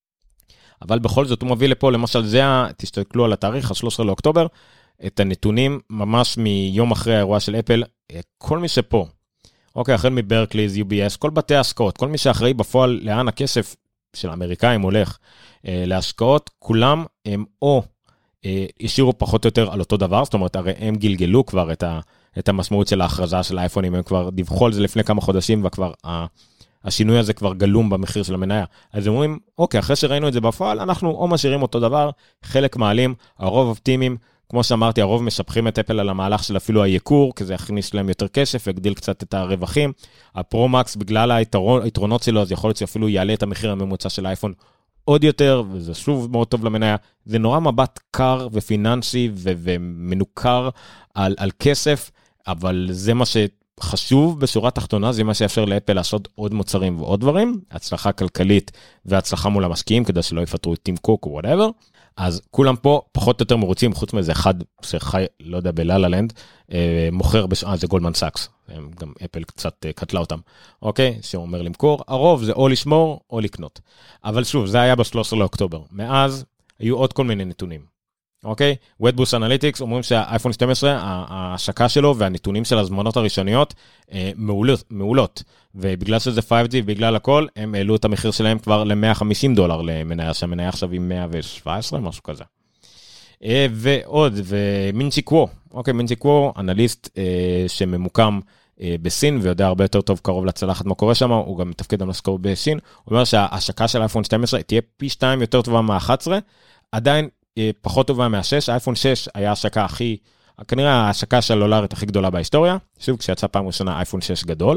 אבל בכל זאת הוא מביא לפה, למשל זה, תסתכלו על התאריך, ה-שלושה עשר לאוקטובר, את הנתונים ממש מיום אחרי האירוע של אפל, כל מי שפה, אוקיי, החל מברקליז, יו בי אס, כל בתי ההשקעות, כל מי שאחראי בפועל לאן הכסף של האמריקאים הולך אה, להשקעות, כולם הם או אה, השאירו פחות או יותר על אותו דבר, זאת אומרת, הרי הם גלגלו כבר את, ה, את המשמעות של ההכרזה של האייפונים, הם כבר דיווחו על זה לפני כמה חודשים, וכבר ה, השינוי הזה כבר גלום במחיר של המניה. אז הם אומרים, אוקיי, אחרי שראינו את זה בפועל, אנחנו או משאירים אותו דבר, חלק מעלים, הרוב אופטימיים, כמו שאמרתי, הרוב משפחים את אפל על המהלך של אפילו היקור, כי זה יכניס להם יותר כסף, והגדיל קצת את הרווחים. הפרו-מקס, בגלל היתרון, היתרונות שלו, אז יכול להיות שאפילו יעלה את המחיר הממוצע של האייפון עוד יותר, וזה שוב מאוד טוב למניה. זה נורא מבט קר ופיננסי ו- ומנוכר על, על כסף, אבל זה מה שחשוב בשורה תחתונה, זה מה שאפשר לאפל לעשות עוד מוצרים ועוד דברים, הצלחה כלכלית והצלחה מול המשקיעים, כדי שלא יפטרו את טים קוק או whatever. אז כולם פה פחות או יותר מרוצים, חוץ מאיזה אחד שחי, לא יודע, בללה לנד, אה, מוכר בשעה, זה גולדמן סאקס, גם אפל קצת אה, קטלה אותם, אוקיי? שהוא אומר למכור, הרוב זה או לשמור או לקנות. אבל שוב, זה היה ב-שלושה עשר לאוקטובר. מאז היו עוד כל מיני נתונים, אוקיי? Wetboost Analytics אומרים שהאייפון שתים עשרה, ההשקה שלו והנתונים של הזמנות הראשוניות אה, מעולות, מעולות, ובגלל שזה פייב ג'י, בגלל הכל, הם העלו את המחיר שלהם כבר ל-מאה וחמישים דולר למניה, שהמניה עכשיו היא מאה ושבע עשרה, משהו כזה. אה, ועוד, ומינצ'י קוו, אוקיי, מינצ'י קוו, אנליסט אה, שממוקם אה, בסין, ויודע הרבה יותר טוב קרוב לצלחת מה קורה שם, הוא גם מתפקד המשקור בסין, הוא אומר שההשקה של האייפון שתים עשרה תהיה פי שתיים יותר טובה מה-אחת עשרה, עדיין פחות טובה מה-שש, האייפון שש היה ההשקה הכי, כנראה ההשקה הסלולרית הכי גדולה בהיסטוריה, שוב כשיצא פעם ראשונה אייפון שש גדול,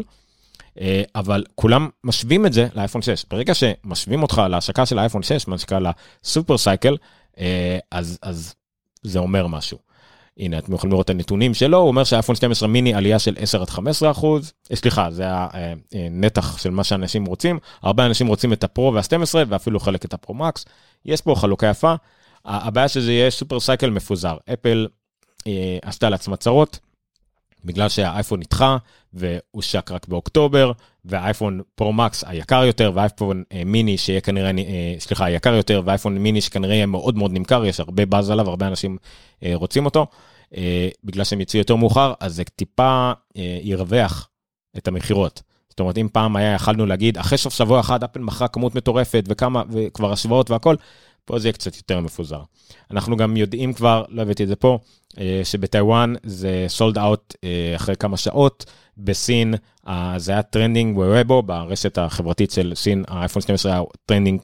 אבל כולם משווים את זה לאייפון שש, ברגע שמשווים אותך להשקה של האייפון שש, מה שקרה לסופר סייקל, אז, אז זה אומר משהו. הנה, אתם יכולים לראות את הנתונים שלו, הוא אומר שהאייפון שתים עשרה מיני עלייה של עשר עד חמש עשרה אחוז, סליחה, זה הנתח של מה שאנשים רוצים, הרבה אנשים רוצים את הפרו וה-שתים עשרה, ואפילו חלק את הפרו-מקס, יש פה חלוקה יפה, הבעיה שזה יהיה סופר סייקל מפוזר. אפל אה, עשתה לעצמה צרות, בגלל שהאייפון נדחה, והוא שק רק באוקטובר, והאייפון פרו-מקס היקר יותר, והאייפון אה, מיני שיהיה כנראה, אה, סליחה, היקר יותר, והאייפון מיני שכנראה יהיה מאוד מאוד נמכר, יש הרבה באז עליו, הרבה אנשים אה, רוצים אותו, אה, בגלל שהם יצאו יותר מאוחר, אז זה טיפה אה, ירווח את המחירות. זאת אומרת, אם פעם היה, יכלנו להגיד, אחרי שוב שבוע אחד, אפל מכרה כמות מטורפת, וכמה, וכבר השוואות והכל, פה זה יהיה קצת יותר מפוזר. אנחנו גם יודעים כבר, לא הבאתי את זה פה, שבטיואן זה sold out אחרי כמה שעות, בסין זה היה טרנדינג וויבו, ברשת החברתית של סין, האייפון שתים עשרה היה טרנדינג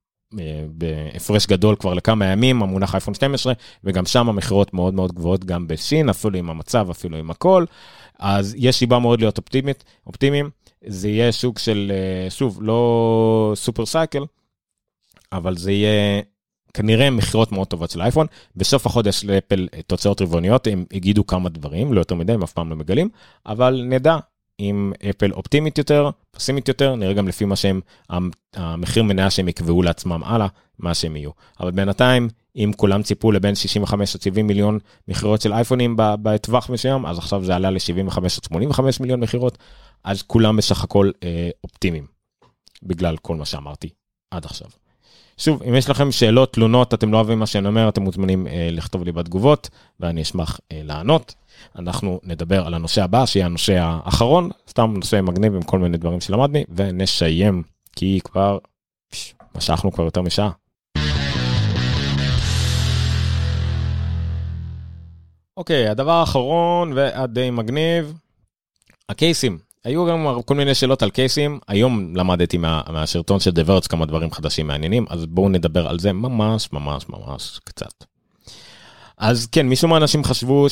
בהפרש גדול כבר לכמה ימים, המונח אייפון שתים עשרה, וגם שם המחירות מאוד מאוד גבוהות גם בסין, אפילו עם המצב, אפילו עם הכל, אז יש סיבה מאוד להיות אופטימית, אופטימיים, זה יהיה סוג של, שוב, לא סופר סייקל, אבל זה יהיה כנראה מחירות מאוד טובות של האייפון, בסוף החודש לאפל תוצאות רבעוניות, הם הגידו כמה דברים, לא יותר מדי, הם אף פעם לא מגלים, אבל נדע אם אפל אופטימית יותר, פסימית יותר, נראה גם לפי מה שהם, המחיר מניה שהם יקבעו לעצמם הלאה, מה שהם יהיו. אבל בינתיים, אם כולם ציפו לבין שישים וחמש עד שבעים מיליון מחירות של אייפונים בטווח מסוים, אז עכשיו זה עלה ל-שבעים וחמש עד שמונים וחמש מיליון מחירות, אז כולם בסך הכל אה, אופטימיים, בגלל כל מה שאמרתי עד עכשיו. שוב, אם יש לכם שאלות, תלונות, אתם לא אוהבים מה שאני אומר, אתם מוזמנים אה, לכתוב לי בתגובות, ואני אשמח אה, לענות. אנחנו נדבר על הנושא הבא, שיהיה הנושא האחרון, סתם נושא מגניב עם כל מיני דברים שלמדני, ונשיים, כי כבר, פש, משכנו כבר יותר משעה. אוקיי, הדבר האחרון, והדי מגניב, הקייסים. היו גם כל מיני שאלות על קייסים, היום למדתי מה, מהשרטון של דברץ כמה דברים חדשים מעניינים, אז בואו נדבר על זה ממש ממש ממש קצת. אז כן, מישהו מהאנשים חשבו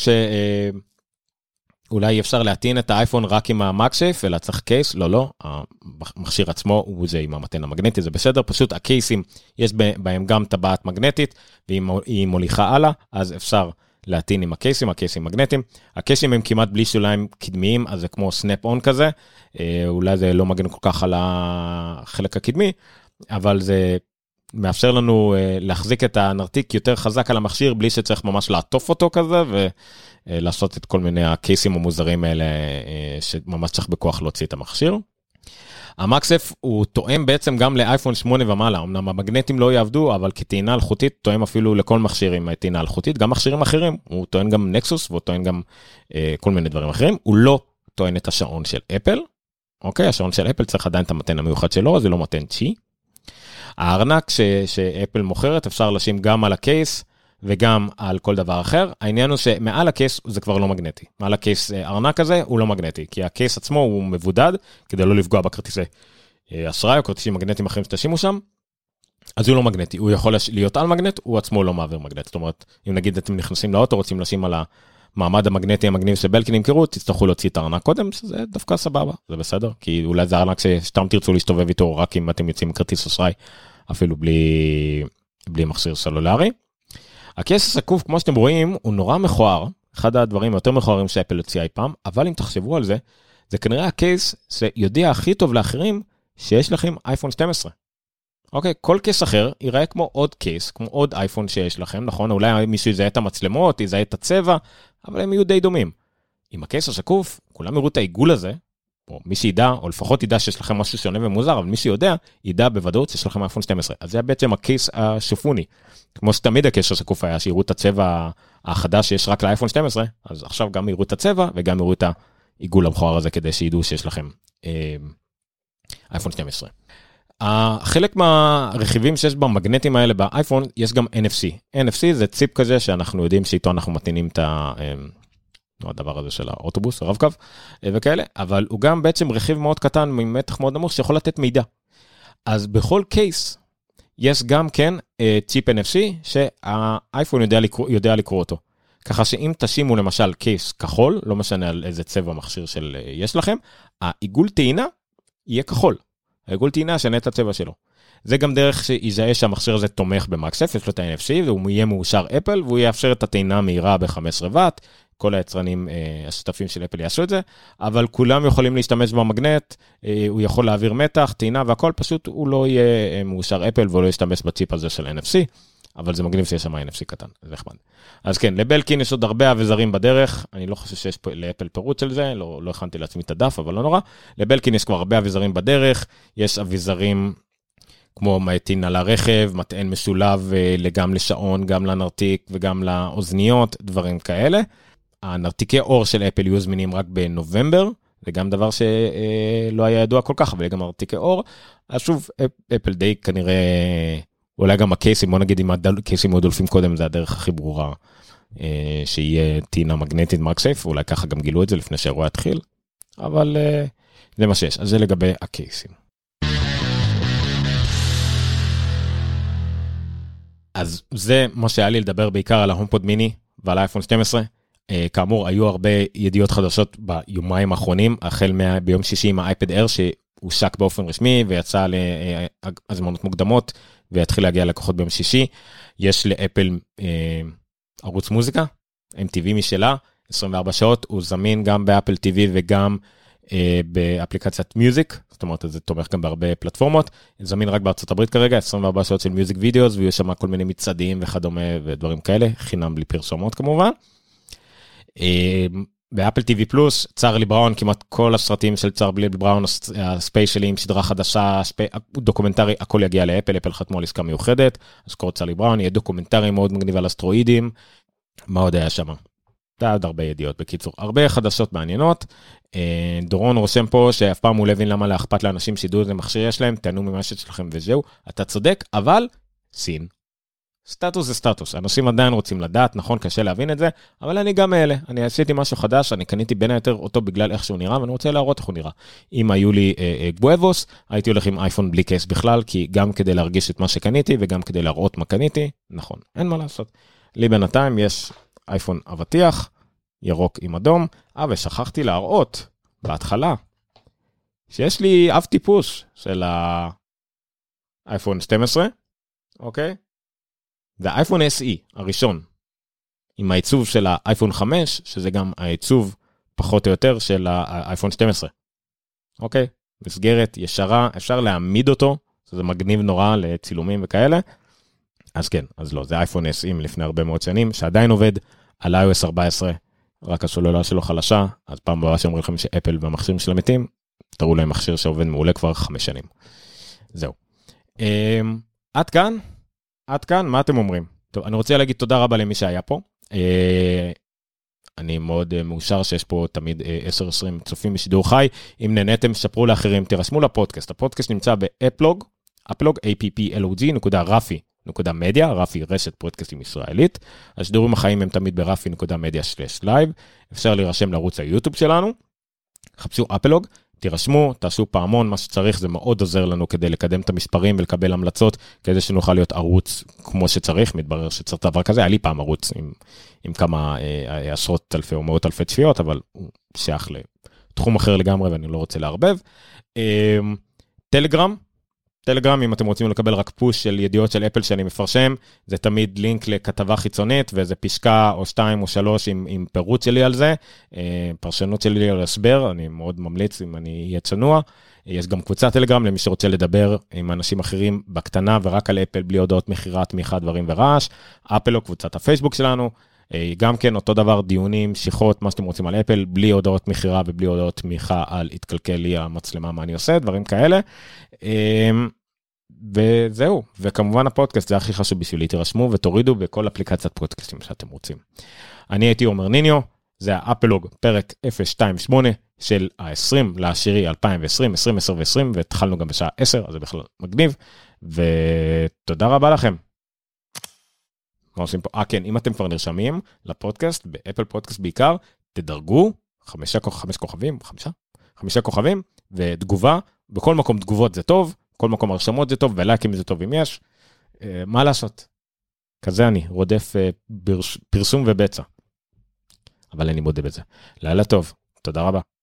שאולי אפשר להטעין את האייפון רק עם המאגשייף, אלא צריך קייס, לא לא, המכשיר עצמו הוא זה עם המתן המגנטי, זה בסדר, פשוט הקייסים יש בהם גם טבעת מגנטית, והיא מוליכה הלאה, אז אפשר להטעין עם הקייסים, הקייסים מגנטיים. הקייסים הם כמעט בלי שוליים קדמיים, אז זה כמו סנאפ און כזה, אולי זה לא מגן כל כך על החלק הקדמי, אבל זה מאפשר לנו להחזיק את הנרתיק יותר חזק על המכשיר, בלי שצריך ממש לעטוף אותו כזה, ולעשות את כל מיני הקייסים המוזרים האלה, שממש צריך בכוח להוציא את המכשיר. המאגשייף הוא תואם בעצם גם לאייפון שמונה ומעלה, אמנם המגנטים לא יעבדו, אבל כטעינה אלחוטית תואם אפילו לכל מכשיר עם טעינה אלחוטית, גם מכשירים אחרים, הוא טוען גם נקסוס, והוא טוען גם אה, כל מיני דברים אחרים, הוא לא טוען את השעון של אפל, אוקיי, השעון של אפל צריך עדיין את המתן המיוחד שלו, זה לא מתן צ'י. הארנק ש, שאפל מוכרת, אפשר לשים גם על הקייס, וגם על כל דבר אחר. העניין הוא שמעל הקייס זה כבר לא מגנטי. מעל הקייס ארנק הזה הוא לא מגנטי, כי הקייס עצמו הוא מבודד, כדי לא לפגוע בכרטיסי אשראי או כרטיסים מגנטיים אחרים שתשימו שם, אז הוא לא מגנטי. הוא יכול להיות על מגנט, הוא עצמו לא מעביר מגנט. זאת אומרת, אם נגיד אתם נכנסים לאוטו, רוצים לשים על המעמד המגנטי המגניב שבלקין ימכרו, תצטרכו להוציא את הארנק קודם, שזה דווקא סבבה, זה בסדר, כי אולי זה ארנק שסתם תרצו להסתובב איתו רק אם אתם יוצאים מכרטיס אשראי, אפילו בלי, בלי מכשיר סלולרי. הקייס הסקוף, כמו שאתם רואים, הוא נורא מכוער, אחד הדברים היותר מכוערים שאפל הוציאה אי פעם, אבל אם תחשבו על זה, זה כנראה הקייס שיודע הכי טוב לאחרים שיש לכם אייפון שתים עשרה. אוקיי, כל קייס אחר ייראה כמו עוד קייס, כמו עוד אייפון שיש לכם, נכון? אולי מישהו יזהה את המצלמות, יזהה את הצבע, אבל הם יהיו די דומים. עם הקייס השקוף, כולם יראו את העיגול הזה, או מי שידע, או לפחות ידע שיש לכם משהו שונה ומוזר, אבל מי שיודע, ידע בוודאות שיש לכם אייפון שתים עשרה. אז זה בעצם הקייס השופוני. כמו שתמיד הקייס השקוף היה, שיראו את הצבע החדש שיש רק לאייפון שתים עשרה, אז עכשיו גם יראו את הצבע, וגם יראו את העיגול המכוער הזה, כדי שידעו שיש לכם אה, אייפון שתים עשרה. חלק מהרכיבים שיש במגנטים האלה באייפון, יש גם אן אף סי. אן אף סי זה ציפ כזה שאנחנו יודעים שאיתו אנחנו מתנינים את ה... הדבר הזה של האוטובוס, הרב קו, וכאלה, אבל הוא גם בעצם רכיב מאוד קטן, ממתח מאוד נמוך, שיכול לתת מידע. אז בכל קייס, יש גם כן ציפ אן אף סי, שהאייפון יודע לקרוא, יודע לקרוא אותו. ככה שאם תשימו למשל קייס כחול, לא משנה על איזה צבע מכשיר של יש לכם, העיגול טעינה יהיה כחול. העיגול טעינה שנה את הצבע שלו. זה גם דרך שיזהה שהמכשיר הזה תומך במאגשייף, יש לו את ה-אן אף סי, והוא יהיה מאושר אפל, והוא יאפשר את הטעינה מהירה ב-חמש עשרה וואט, כל היצרנים אה, השותפים של אפל יעשו את זה, אבל כולם יכולים להשתמש במגנט, אה, הוא יכול להעביר מתח, טעינה והכל, פשוט הוא לא יהיה אה, מאושר אפל, והוא לא ישתמש בצ'יפ הזה של אן אף סי, אבל זה מגניב שיש שם אן אף סי קטן, זה נחמד. אז כן, לבלקין יש עוד הרבה אביזרים בדרך, אני לא חושב שיש לאפל פירוט של זה, לא, לא הכנתי לעצמי את הדף, אבל לא נורא. לבלקין יש כבר הרבה אביזרים בדרך, יש אביזרים כמו מטען על הרכב, מטען משולב גם לשעון, גם לנרתיק וגם לאוזניות, דברים כאלה. הנרתיקי אור של אפל יהיו זמינים רק בנובמבר, זה גם דבר שלא היה ידוע כל כך, אבל גם נרתיקי אור. אז שוב, אפל די כנראה, אולי גם הקייסים, בוא נגיד אם הקייסים מאוד דולפים קודם, זה הדרך הכי ברורה, שיהיה טעינה מגנטית מאגשייף, ואולי ככה גם גילו את זה לפני שהאירוע התחיל, אבל זה מה שיש, אז זה לגבי הקייסים. אז זה מה שהיה לי לדבר בעיקר על ההומפוד מיני ועל האייפון שתים עשרה. כאמור, היו הרבה ידיעות חדשות ביומיים האחרונים, החל מה, ביום שישי עם האייפד אייר שהושק באופן רשמי ויצא להזמנות מוקדמות ויתחיל להגיע לקוחות ביום שישי. יש לאפל אה, ערוץ מוזיקה, אם טי וי משלה, עשרים וארבע שעות, הוא זמין גם באפל טי וי וגם באפליקציית מיוזיק, זאת אומרת, זה תומך גם בהרבה פלטפורמות, זמין רק בארצות הברית כרגע, עשרים וארבע שעות של מיוזיק וידאוס, ויש שם כל מיני מצעדים וכדומה ודברים כאלה, חינם בלי פרסומות כמובן. באפל טי וי פלוס, צ'ארלי בראון, כמעט כל הסרטים של צ'ארלי בראון, הספיישלים, סדרה חדשה, דוקומנטרי, הכל יגיע לאפל, אפל חתמו על עסקה מיוחדת, אז קורא צ'ארלי בראון, יהיה דוקומנטרי מאוד מגניב על אסטרואידים, מה עוד היה שם? זה עוד הרבה ידיעות בקיצור, הרבה חדשות מעניינות, דורון רושם פה שאף פעם הוא לבין למה להכפת לאנשים שידעו איזה מכשיר יש להם, תענו ממשת שלכם וזהו, אתה צודק, אבל סין. סטטוס זה סטטוס, אנשים עדיין רוצים לדעת, נכון, קשה להבין את זה, אבל אני גם אלה, אני עשיתי משהו חדש, אני קניתי בין היתר אותו בגלל איך שהוא נראה, ואני רוצה להראות איך הוא נראה. אם היו לי אה, אה, גואבוס, הייתי הולך עם אייפון בלי קייס בכלל, כי גם כדי להרגיש את מה שקניתי, וגם כדי להראות מה קניתי, נכון, אין מה לעשות. לי בינתיים יש אייפון אבטיח, ירוק עם אדום, אבל שכחתי להראות, בהתחלה, שיש לי אב טיפוס של האייפון שתים עשרה, אוקיי? זה האייפון אס אי הראשון, עם העיצוב של האייפון חמש, שזה גם העיצוב פחות או יותר של האייפון שתים עשרה. אוקיי? מסגרת ישרה, אפשר להעמיד אותו, זה מגניב נורא לצילומים וכאלה. אז כן, אז לא, זה אייפון אס אי לפני הרבה מאוד שנים, שעדיין עובד על איי או אס ארבע עשרה, רק הסוללה שלו חלשה, אז פעם בבאה שאומרים לכם שאפל והמכשירים של המתים, תראו להם מכשיר שעובד מעולה כבר חמש שנים. זהו. עד כאן? עד כאן, מה אתם אומרים? טוב, אני רוצה להגיד תודה רבה למי שהיה פה. אני מאוד מאושר שיש פה תמיד עשר עשרים צופים בשידור חי. אם נהניתם, שפרו לאחרים, תירשמו לפודקאסט. הפודקאסט נמצא באפלוג, אפלוג, A-P-P-L-O-G, נקודה רפי, נקודה מדיה, רפי רשת פודקאסטים ישראלית. השידורים החיים הם תמיד ברפי, נקודה מדיה, שלש לייב. אפשר להירשם לערוץ היוטיוב שלנו. חפשו אפלוג. תירשמו, תעשו פעמון, מה שצריך, זה מאוד עוזר לנו כדי לקדם את המספרים ולקבל המלצות, כדי שנוכל להיות ערוץ כמו שצריך, מתברר שצריך דבר כזה, היה לי פעם ערוץ עם, עם כמה אה, עשרות אלפי או מאות אלפי צפיות, אבל הוא שייך לתחום אחר לגמרי ואני לא רוצה להרבב. אה, טלגרם, טלגרם, אם אתם רוצים לקבל רק פוש של ידיעות של אפל שאני מפרשם, זה תמיד לינק לכתבה חיצונית, וזה פשקה או שתיים או שלוש עם, עם פירוט שלי על זה, פרשנות שלי על הסבר, אני מאוד ממליץ אם אני אהיה צנוע. יש גם קבוצת טלגרם למי שרוצה לדבר עם אנשים אחרים בקטנה, ורק על אפל בלי הודעות מחירה, תמיכה, דברים ורעש. אפל או קבוצת הפייסבוק שלנו, גם כן אותו דבר, דיונים, שיחות, מה שאתם רוצים על אפל, בלי הודעות מחירה ובלי הודעות תמיכה על התקלקל לי המצלמה, מה אני עושה, דברים כאלה. וזהו, וכמובן הפודקאסט זה הכי חשוב בשבילי, תירשמו ותורידו בכל אפליקציית פודקאסטים שאתם רוצים. אני הייתי עומר ניניו, זה האפלוג פרק אפס שתיים שמונה של ה-עשרים לעשירי אלפיים ועשרים, עשרים, עשר ועשרים, והתחלנו גם בשעה עשר, אז זה בכלל מגניב, ותודה רבה לכם. מה עושים פה? אה כן, אם אתם כבר נרשמים לפודקאסט, באפל פודקאסט בעיקר, תדרגו, חמישה, חמש כוכבים, חמישה, חמישה כוכבים, ותגובה, בכל מקום תגובות זה טוב, כל מקום הרשמות זה טוב, ולייקים זה טוב אם יש, מה לעשות? כזה אני, רודף פרסום ובצע, אבל אני מודה בזה. לילה טוב, תודה רבה.